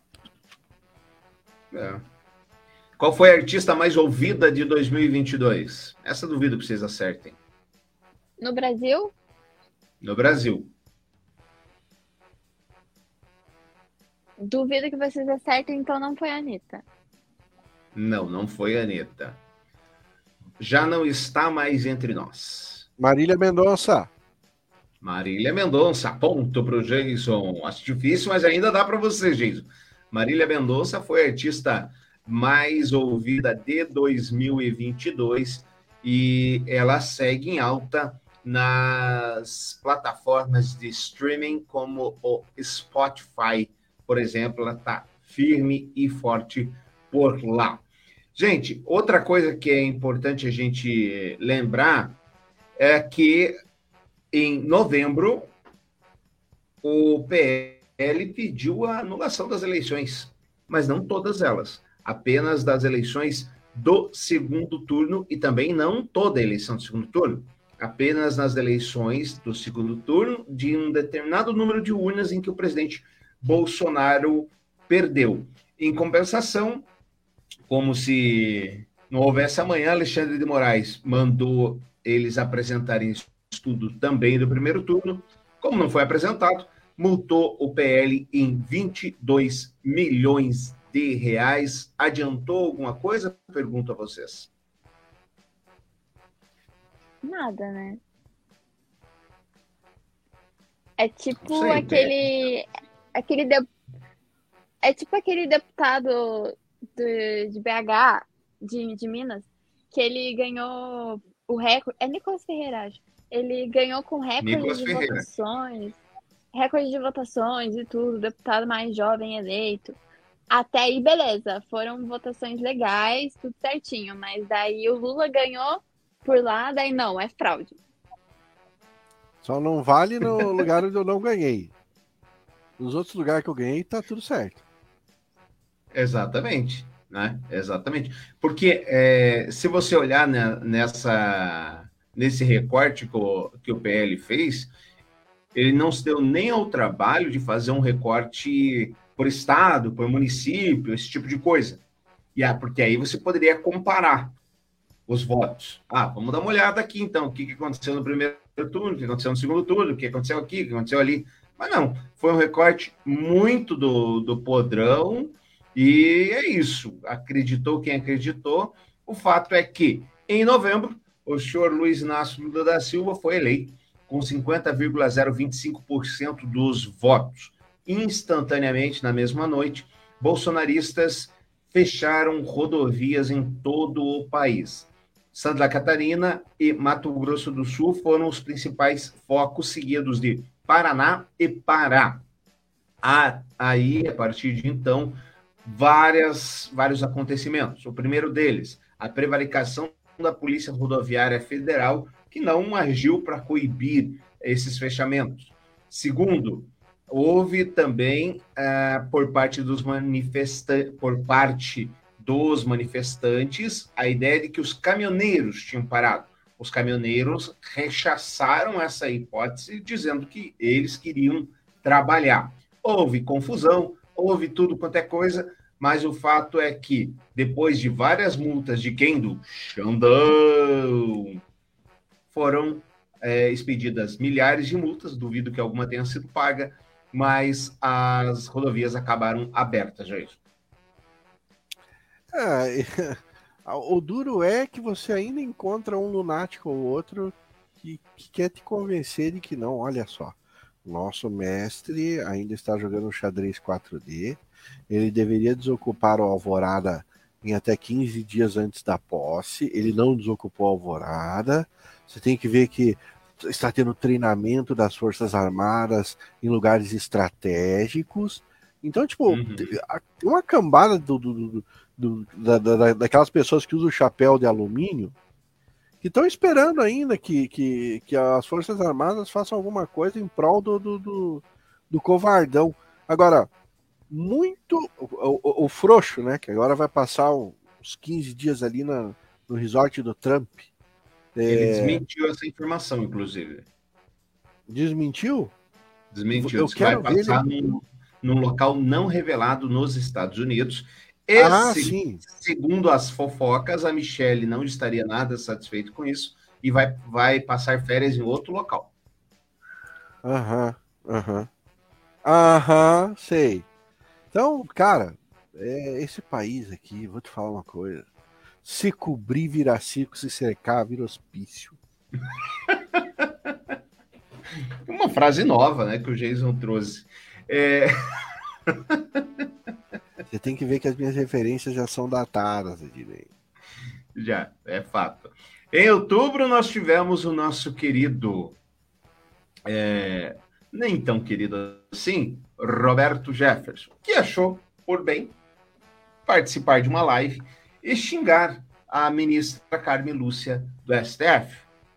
Qual foi a artista mais ouvida de 2022? Essa duvido que vocês acertem. No Brasil? No Brasil. Duvido que vocês acertem, então não foi a Anitta. Não, não foi a Anitta. Já não está mais entre nós. Marília Mendonça. Marília Mendonça, ponto para o Jason. Acho difícil, mas ainda dá para você, Jason. Marília Mendonça foi a artista mais ouvida de 2022 e ela segue em alta nas plataformas de streaming como o Spotify, por exemplo. Ela está firme e forte por lá. Gente, outra coisa que é importante a gente lembrar é que em novembro o PL pediu a anulação das eleições, mas não todas elas, apenas das eleições do segundo turno e também não toda a eleição do segundo turno, apenas nas eleições do segundo turno de um determinado número de urnas em que o presidente Bolsonaro perdeu. Em compensação, como se não houvesse amanhã, Alexandre de Moraes mandou eles apresentarem estudo também do primeiro turno. Como não foi apresentado, multou o PL em 22 milhões de reais. Adiantou alguma coisa? Pergunto a vocês. Nada, né? É tipo Sei, É tipo aquele deputado de BH, de Minas, que ele ganhou o recorde. É Nicolas Ferreira, acho. Ele ganhou com recorde de votações e tudo, deputado mais jovem eleito. Até aí, beleza, foram votações legais, tudo certinho, mas daí o Lula ganhou por lá, daí não, é fraude. Só não vale no lugar onde eu não ganhei. Nos outros lugares que eu ganhei, tá tudo certo. Exatamente, né? Exatamente. Porque se você olhar nesse recorte que o PL fez, ele não se deu nem ao trabalho de fazer um recorte por estado, por município, esse tipo de coisa. Porque aí você poderia comparar os votos. Vamos dar uma olhada aqui, então, o que aconteceu no primeiro turno, o que aconteceu no segundo turno, o que aconteceu aqui, o que aconteceu ali. Mas não, foi um recorte muito do podrão, e é isso. Acreditou quem acreditou. O fato é que, em novembro, o senhor Luiz Inácio Lula da Silva foi eleito com 50,025% dos votos. Instantaneamente, na mesma noite, bolsonaristas fecharam rodovias em todo o país. Santa Catarina e Mato Grosso do Sul foram os principais focos, seguidos de Paraná e Pará. Aí, a partir de então, vários acontecimentos. O primeiro deles, a prevaricação da Polícia Rodoviária Federal, que não agiu para coibir esses fechamentos. Segundo, houve também, por parte dos manifestantes, a ideia de que os caminhoneiros tinham parado. Os caminhoneiros rechaçaram essa hipótese, dizendo que eles queriam trabalhar. Houve confusão, houve tudo quanto é coisa, mas o fato é que, depois de várias multas de quem? Do Xandão, foram expedidas milhares de multas, duvido que alguma tenha sido paga, mas as rodovias acabaram abertas, Jair. O duro é que você ainda encontra um lunático ou outro que quer te convencer de que não, olha só, nosso mestre ainda está jogando xadrez 4D, ele deveria desocupar o Alvorada em até 15 dias antes da posse, ele não desocupou a Alvorada, você tem que ver que está tendo treinamento das Forças Armadas em lugares estratégicos, então, tipo, tem uma cambada daquelas pessoas que usam o chapéu de alumínio que estão esperando ainda que as Forças Armadas façam alguma coisa em prol do covardão. Agora, muito o frouxo, né, que agora vai passar uns 15 dias ali no resort do Trump. Ele desmentiu essa informação, inclusive. Desmentiu? Desmentiu. Disse que vai passar num local não revelado nos Estados Unidos. Sim. Segundo as fofocas, a Michelle não estaria nada satisfeita com isso e vai passar férias em outro local. Sei. Então, cara, esse país aqui, vou te falar uma coisa. Se cobrir, vira circo, se cercar, vira hospício. Uma frase nova, né, que o Jason trouxe. Você tem que ver que as minhas referências já são datadas, Ednei. Já, é fato. Em outubro, nós tivemos o nosso querido, nem tão querido assim, Roberto Jefferson, que achou por bem participar de uma live e xingar a ministra Carmen Lúcia do STF.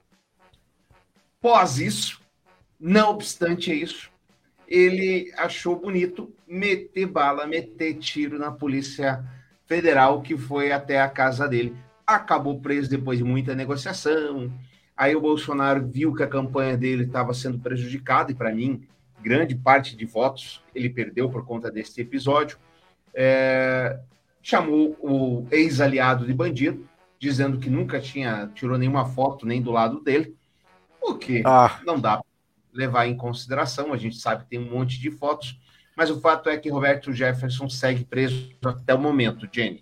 Pós isso, não obstante isso, ele achou bonito meter bala, meter tiro na Polícia Federal, que foi até a casa dele. Acabou preso depois de muita negociação. Aí o Bolsonaro viu que a campanha dele estava sendo prejudicada, e para mim, grande parte de votos ele perdeu por conta desse episódio. Chamou o ex-aliado de bandido, dizendo que nunca tirou nenhuma foto nem do lado dele, o que não dá para levar em consideração. A gente sabe que tem um monte de fotos, mas o fato é que Roberto Jefferson segue preso até o momento, Jenny.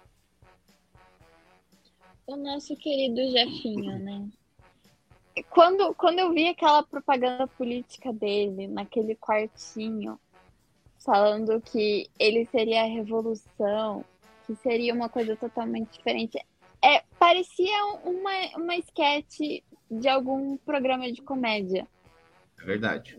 O nosso querido Jefinho, né? Quando eu vi aquela propaganda política dele naquele quartinho, falando que ele seria a revolução, que seria uma coisa totalmente diferente, parecia uma esquete de algum programa de comédia. É verdade.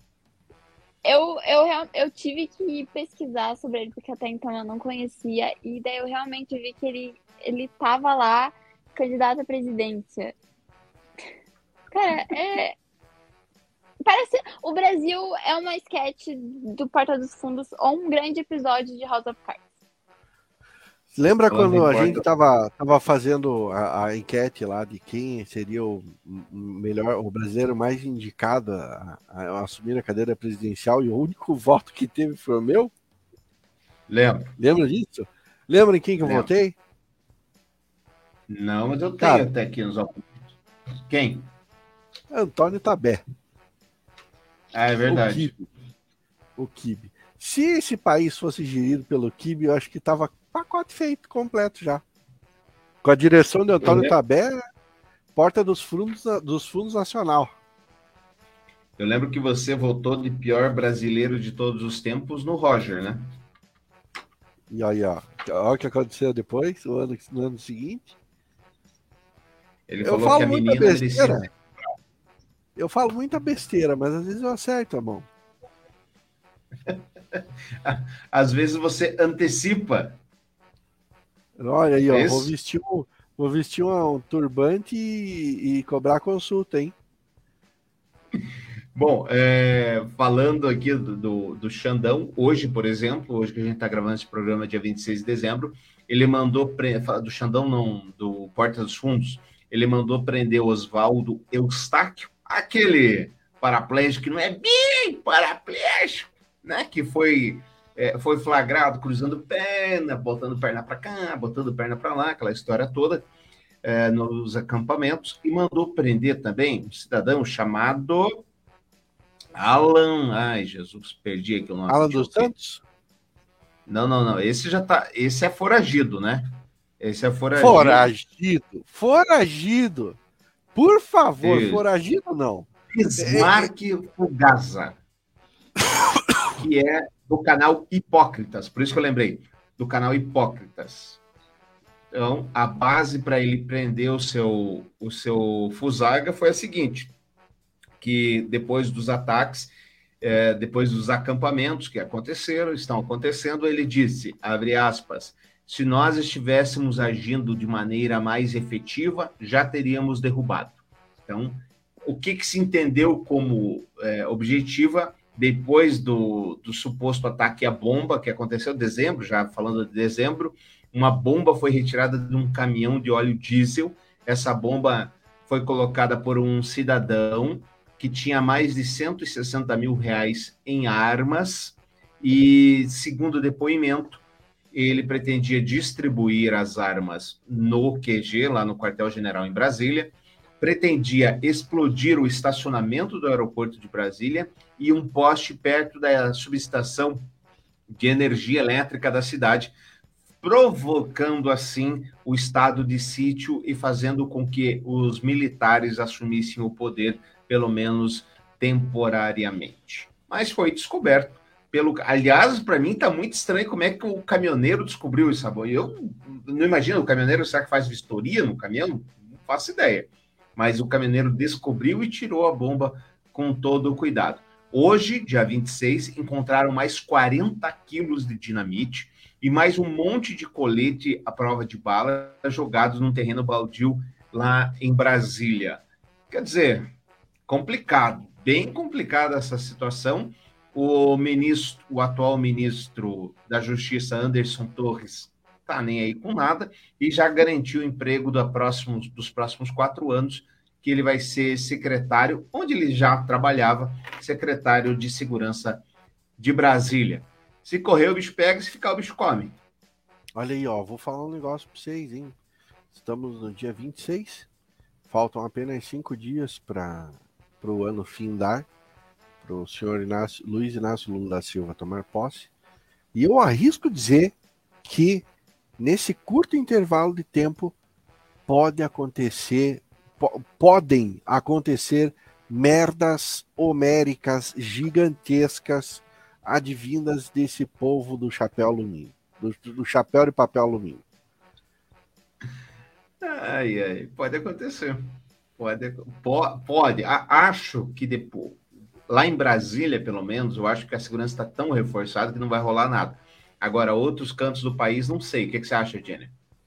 Eu tive que pesquisar sobre ele, porque até então eu não conhecia, e daí eu realmente vi que ele tava lá, candidato à presidência. Cara, parece... O Brasil é uma esquete do Porta dos Fundos ou um grande episódio de House of Cards. Lembra quando a gente tava fazendo a enquete lá de quem seria o brasileiro mais indicado a assumir a cadeira presidencial, e o único voto que teve foi o meu? Lembro. Lembra disso? Lembra em quem que eu votei? Não, mas eu tenho até aqui nos apontos. Quem? Antônio Tabé. É verdade. O Kibe. Se esse país fosse gerido pelo Kibe, eu acho que tava pacote feito, completo já. Com a direção de Antônio Tabé, porta dos fundos nacional. Eu lembro que você votou de pior brasileiro de todos os tempos no Roger, né? E aí, ó. Olha o que aconteceu depois, no ano seguinte. Ele falou que a menina merecia. Eu falo muita besteira, mas às vezes eu acerto a mão. Às vezes você antecipa. Olha aí, ó, vou vestir um turbante e cobrar consulta, hein? Bom, falando aqui do Xandão, hoje, por exemplo, hoje que a gente está gravando esse programa, dia 26 de dezembro, ele mandou, do Xandão não, do Porta dos Fundos, ele mandou prender o Oswaldo Eustáquio, aquele paraplégico que não é bem paraplégico, né, que foi flagrado cruzando perna, botando perna para cá, botando perna para lá, aquela história toda, nos acampamentos, e mandou prender também um cidadão chamado Alan... Ai, Jesus, perdi aqui o nome. Alan dos Santos? Não, esse é foragido, né? Esse é foragido. Foragido! Por favor, Isso. Foragido não. Bismarck Fugaza, que é do canal Hipócritas, por isso que eu lembrei, do canal Hipócritas. Então, a base para ele prender o seu Fusaga foi a seguinte, que depois dos ataques, depois dos acampamentos que estão acontecendo, ele disse, abre aspas, se nós estivéssemos agindo de maneira mais efetiva, já teríamos derrubado. Então, o que se entendeu como objetiva depois do suposto ataque à bomba que aconteceu em dezembro, já falando de dezembro, uma bomba foi retirada de um caminhão de óleo diesel. Essa bomba foi colocada por um cidadão que tinha mais de 160 mil reais em armas e, segundo o depoimento, ele pretendia distribuir as armas no QG, lá no quartel-general em Brasília, pretendia explodir o estacionamento do aeroporto de Brasília e um poste perto da subestação de energia elétrica da cidade, provocando assim o estado de sítio e fazendo com que os militares assumissem o poder, pelo menos temporariamente. Mas foi descoberto aliás, para mim está muito estranho como é que o caminhoneiro descobriu isso. Eu não imagino, o caminhoneiro, será que faz vistoria no caminhão? Não faço ideia. Mas o caminhoneiro descobriu e tirou a bomba com todo o cuidado. Hoje, dia 26, encontraram mais 40 quilos de dinamite e mais um monte de colete à prova de bala jogados num terreno baldio lá em Brasília. Quer dizer, complicado, bem complicada essa situação. O atual ministro da Justiça, Anderson Torres, está nem aí com nada e já garantiu o emprego dos próximos 4 anos, que ele vai ser secretário, onde ele já trabalhava, secretário de Segurança de Brasília. Se correr, o bicho pega, se ficar, o bicho come. Olha aí, ó, vou falar um negócio para vocês, hein? Estamos no dia 26, faltam apenas 5 dias para o ano findar, para o senhor Luiz Inácio Lula da Silva tomar posse. E eu arrisco dizer que nesse curto intervalo de tempo podem acontecer merdas homéricas gigantescas advindas desse povo do chapéu alumínio, do chapéu de papel alumínio. Ai, pode acontecer. Pode. Acho que depois, lá em Brasília, pelo menos, eu acho que a segurança está tão reforçada que não vai rolar nada. Agora, outros cantos do país, não sei. O que você acha, Jenny?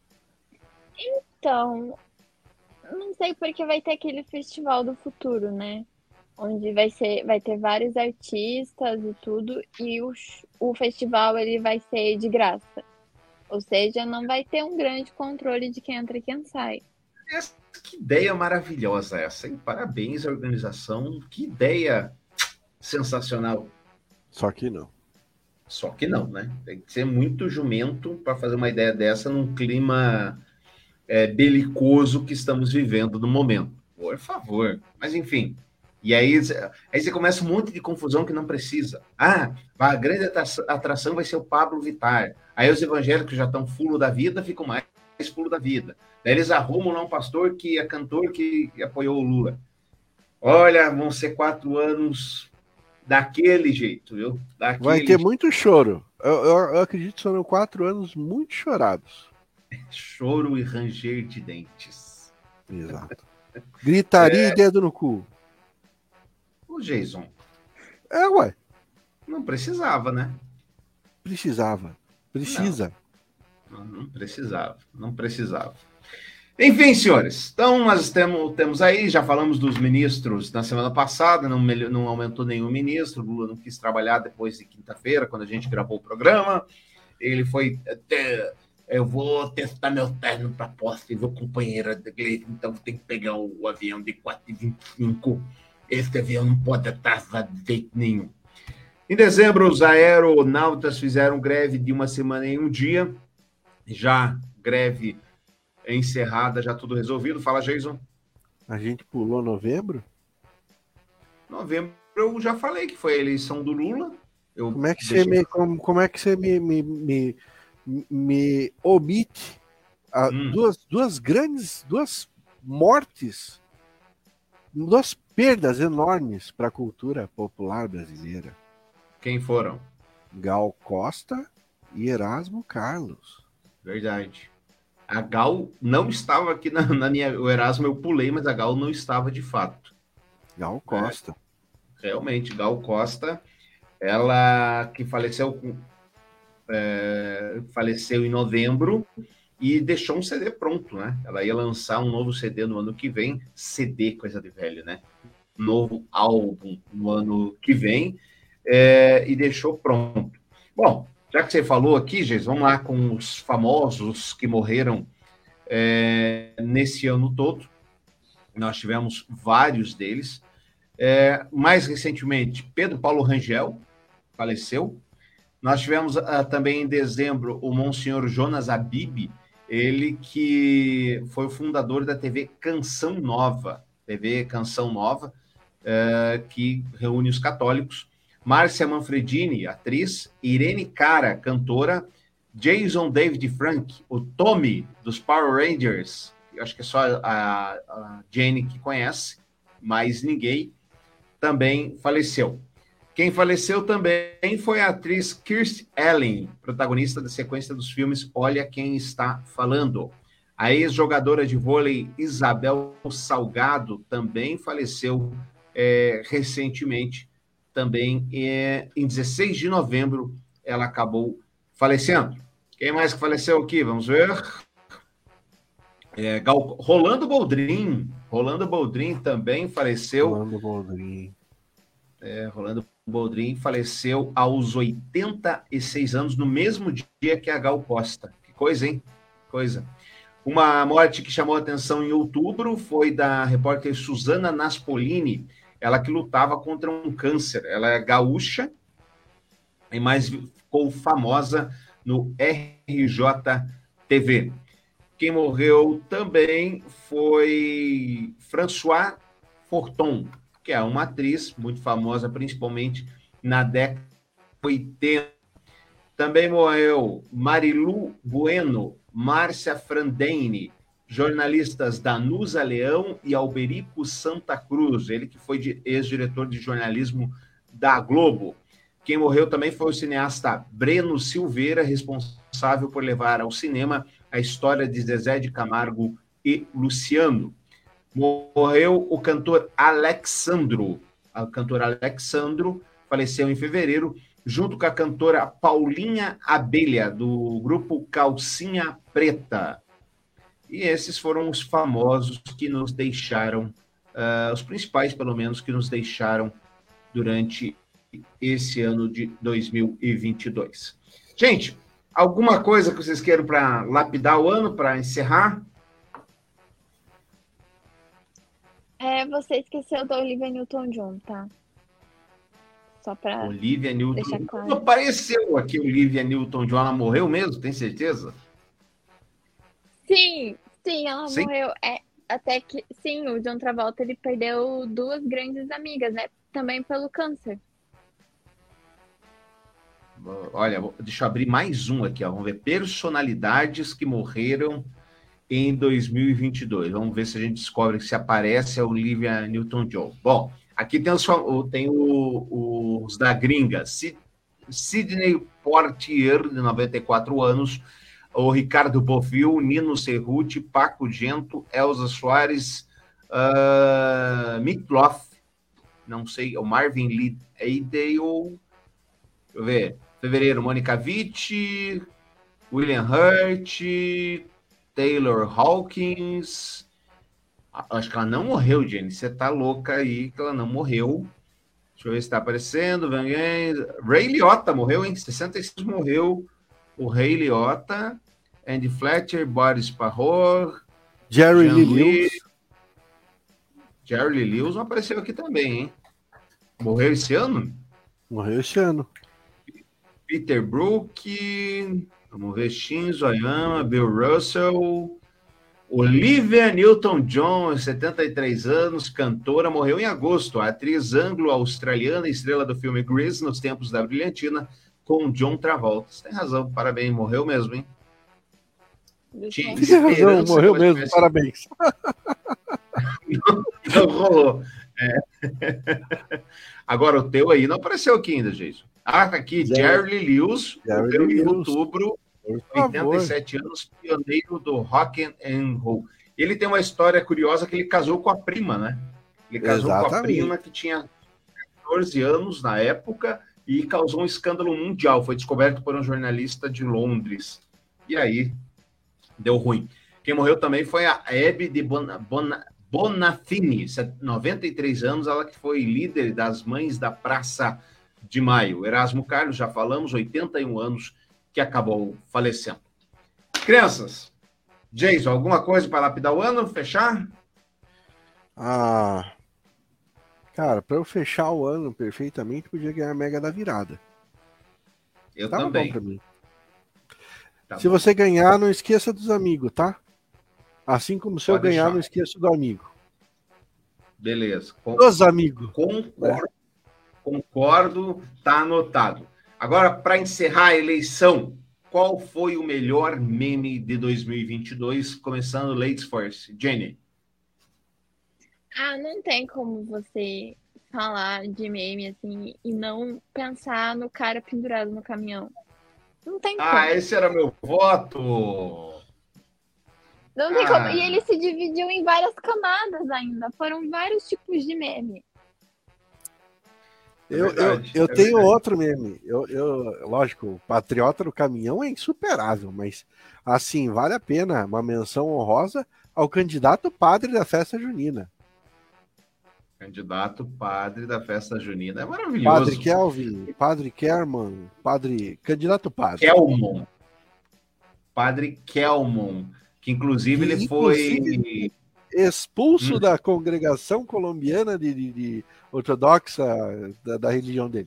Então, não sei, porque vai ter aquele Festival do Futuro, né? Onde vai ter vários artistas e tudo, e o festival ele vai ser de graça. Ou seja, não vai ter um grande controle de quem entra e quem sai. Que ideia maravilhosa essa, hein? Parabéns à organização. Que ideia sensacional. Só que não, né? Tem que ser muito jumento para fazer uma ideia dessa num clima belicoso que estamos vivendo no momento. Por favor. Mas, enfim. E aí você começa um monte de confusão que não precisa. A grande atração vai ser o Pablo Vittar. Aí os evangélicos já estão fulo da vida, ficam mais fulo da vida. Daí eles arrumam lá um pastor que é cantor que apoiou o Lula. Olha, vão ser 4 anos daquele jeito, viu? Vai ter muito choro. Eu acredito que serão 4 anos muito chorados. Choro e ranger de dentes. Exato. Gritaria e dedo no cu. O Jason. Ué. Não precisava, né? Precisa. Não precisava. Enfim, senhores, então nós temos aí, já falamos dos ministros na semana passada, não aumentou nenhum ministro, Lula não quis trabalhar depois de quinta-feira, quando a gente gravou o programa, ele foi, eu vou testar meu terno para posse, vou companheira dele, então tem que pegar o avião de 4h25, esse avião não pode atrasar de jeito nenhum. Em dezembro, os aeronautas fizeram greve de 1 semana e 1 dia, já greve encerrada, já tudo resolvido. Fala, Jason. A gente pulou novembro? Novembro eu já falei que foi a eleição do Lula. Como é que você me omite duas mortes, 2 perdas enormes para a cultura popular brasileira? Quem foram? Gal Costa e Erasmo Carlos. Verdade. A Gal não estava aqui na minha... O Erasmo eu pulei, mas a Gal não estava de fato. Gal Costa. Realmente, Gal Costa, ela que faleceu em novembro e deixou um CD pronto, né? Ela ia lançar um novo CD no ano que vem. CD, coisa de velho, né? Novo álbum no ano que vem. E deixou pronto. Bom, já que você falou aqui, Geis, vamos lá com os famosos que morreram nesse ano todo. Nós tivemos vários deles. Mais recentemente, Pedro Paulo Rangel faleceu. Nós tivemos também em dezembro o Monsenhor Jonas Abib, ele que foi o fundador da TV Canção Nova, que reúne os católicos. Márcia Manfredini, atriz, Irene Cara, cantora, Jason David Frank, o Tommy dos Power Rangers, eu acho que é só a Jane que conhece, mas ninguém, também faleceu. Quem faleceu também foi a atriz Kirstie Alley, protagonista da sequência dos filmes Olha Quem Está Falando. A ex-jogadora de vôlei Isabel Salgado também faleceu recentemente. Também em 16 de novembro ela acabou falecendo. Quem mais que faleceu aqui? Vamos ver. Rolando Boldrin. Rolando Boldrin também faleceu. Rolando Boldrin faleceu aos 86 anos, no mesmo dia que a Gal Costa. Que coisa, hein? Coisa. Uma morte que chamou a atenção em outubro foi da repórter Susana Naspolini, ela que lutava contra um câncer. Ela é gaúcha, e mais ficou famosa no RJTV. Quem morreu também foi Françoise Forton, que é uma atriz muito famosa, principalmente na década de 80. Também morreu Marilu Bueno, Márcia Frandeni, jornalistas Danusa Leão e Alberico Santa Cruz, ele que foi ex-diretor de jornalismo da Globo. Quem morreu também foi o cineasta Breno Silveira, responsável por levar ao cinema a história de Zezé de Camargo e Luciano. Morreu o cantor Alexandro. O cantor Alexandro faleceu em fevereiro, junto com a cantora Paulinha Abelha, do grupo Calcinha Preta. E esses foram os famosos que nos deixaram, os principais, pelo menos, que nos deixaram durante esse ano de 2022. Gente, alguma coisa que vocês queiram para lapidar o ano, para encerrar? Você esqueceu da Olivia Newton-John, tá? Só para Olivia Newton. deixar claro. Não apareceu aqui Olivia Newton-John, ela morreu mesmo? Tem certeza? Sim, ela morreu. Até que, sim, o John Travolta, ele perdeu 2 grandes amigas, né? Também pelo câncer. Olha, deixa eu abrir mais um aqui, ó. Vamos ver personalidades que morreram em 2022. Vamos ver se a gente descobre se aparece a Olivia Newton-John. Bom, aqui tem os da gringa. Sidney Poitier, de 94 anos, o Ricardo Bofill, Nino Cerruti, Paco Gento, Elza Soares, Mikloff, não sei, o Marvin Lee Aidale, deixa eu ver, fevereiro, Mônica Witt, William Hurt, Taylor Hawkins. Acho que ela não morreu, Jenny. Você tá louca aí que ela não morreu. Deixa eu ver se tá aparecendo. Ray Liotta morreu, hein? 66 morreu. O Ray Liotta. Andy Fletcher, Boris Parror. Jerry Lee Lewis. Jerry Lee Lewis não apareceu aqui também, hein? Morreu esse ano? Morreu esse ano. Peter Brook. Vamos ver. Shinzo Aoyama, Bill Russell. Olivia Newton-John, 73 anos, cantora, morreu em agosto. A atriz anglo-australiana, estrela do filme Grease, nos tempos da brilhantina, com John Travolta. Você tem razão, parabéns, morreu mesmo, hein? Tem razão, morreu mesmo, parabéns. Não rolou. Agora, o teu aí não apareceu aqui ainda, gente. Tá aqui, Jerry Lee Lewis, morreu em outubro. 87 anos, pioneiro do rock and roll. Ele tem uma história curiosa que ele casou com a prima, né? Ele casou com a prima que tinha 14 anos na época e causou um escândalo mundial. Foi descoberto por um jornalista de Londres. E aí, deu ruim. Quem morreu também foi a Hebe de Bonafini, 93 anos, ela que foi líder das Mães da Praça de Maio. Erasmo Carlos, já falamos, 81 anos, que acabou falecendo. Crianças, Jason, alguma coisa para lapidar o ano, fechar? Cara, para eu fechar o ano perfeitamente, podia ganhar a Mega da Virada. Eu também. Bom pra mim. Se você ganhar, não esqueça dos amigos, tá? Assim como se eu ganhar, não esqueça do amigo. Beleza. Dos amigos. Concordo. Concordo, tá anotado. Agora, para encerrar a eleição, qual foi o melhor meme de 2022? Começando Ladies First. Jenny. Não tem como você falar de meme assim e não pensar no cara pendurado no caminhão. Não tem como. Esse era meu voto. Não tem como. E ele se dividiu em várias camadas ainda. Foram vários tipos de meme. Eu tenho outro meme. Lógico, o patriota do caminhão é insuperável, mas assim, vale a pena uma menção honrosa ao candidato padre da festa junina. Candidato padre da festa junina. É maravilhoso. Padre Kelvin, Padre Kerman, candidato padre. Kelmon. Padre Kelmon, que inclusive ele foi expulso da congregação colombiana de ortodoxa da religião dele.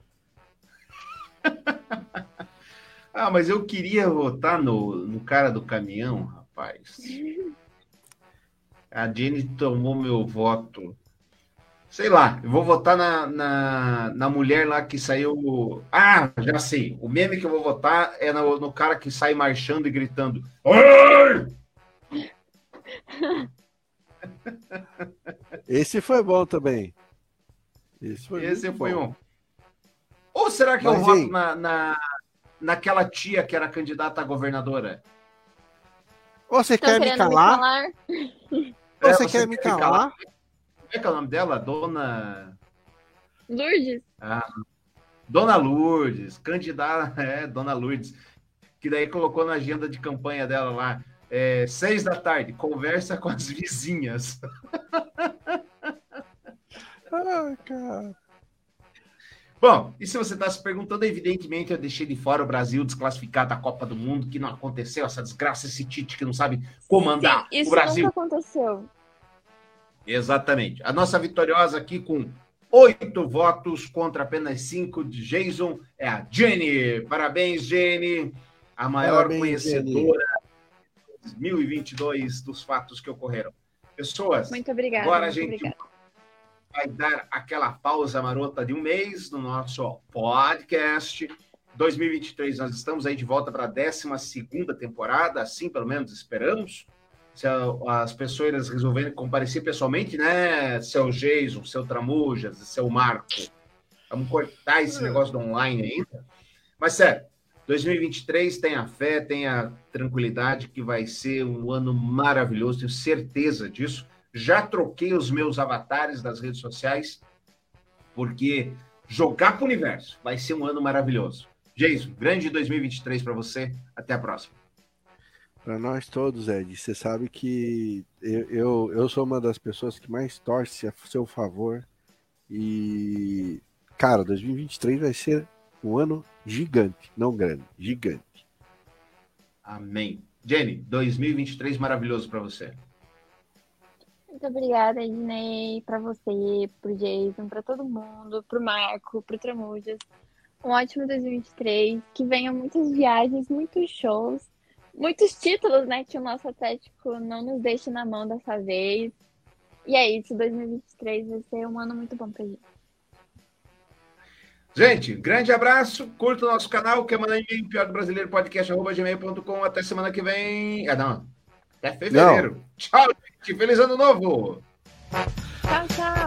Mas eu queria votar no cara do caminhão, rapaz. A Jenny tomou meu voto. Sei lá, eu vou votar na mulher lá que saiu... já sei. O meme que eu vou votar é no cara que sai marchando e gritando. Oi! Esse foi bom também. Esse foi um. Ou será que eu voto naquela tia que era candidata a governadora? Você quer me calar? Você quer me calar? Como é que é o nome dela? Dona... Lourdes. Dona Lourdes, candidata, Dona Lourdes, que daí colocou na agenda de campanha dela lá, 6 da tarde, conversa com as vizinhas. Cara. Bom, e se você está se perguntando, evidentemente eu deixei de fora o Brasil desclassificado da Copa do Mundo, que não aconteceu, essa desgraça, esse Tite que não sabe comandar o Brasil. Isso nunca aconteceu. Exatamente. A nossa vitoriosa aqui com 8 votos contra apenas 5 de Jason é a Jenny. Parabéns, Jenny. A maior conhecedora de 2022 dos fatos que ocorreram. Pessoas, muito obrigada. Agora a gente vai dar aquela pausa marota de um mês no nosso podcast. 2023, nós estamos aí de volta para a 12ª temporada, assim pelo menos esperamos. Se as pessoas resolverem comparecer pessoalmente, né, seu Jason, seu Tramujas, seu Marco. Vamos cortar esse negócio do online ainda. Mas, sério, 2023, tenha fé, tenha tranquilidade, que vai ser um ano maravilhoso, tenho certeza disso. Já troquei os meus avatares das redes sociais, porque jogar para o universo vai ser um ano maravilhoso. Jason, grande 2023 para você. Até a próxima. Para nós todos, Ed, você sabe que eu sou uma das pessoas que mais torce a seu favor. E, cara, 2023 vai ser um ano gigante, não grande, gigante. Amém. Jenny, 2023 maravilhoso para você. Muito obrigada, Ednei, para você, pro Jason, para todo mundo, pro Marco, pro Tramujas. Um ótimo 2023, que venham muitas viagens, muitos shows, muitos títulos, né, que o nosso Atlético não nos deixe na mão dessa vez. E é isso, 2023 vai ser um ano muito bom pra gente. Gente, grande abraço, curta o nosso canal, quer mandar e-mail, piordobrasileiropodcast@gmail.com. Até semana que vem. Até fevereiro. Não. Tchau, gente. Feliz ano novo. Tchau, tchau.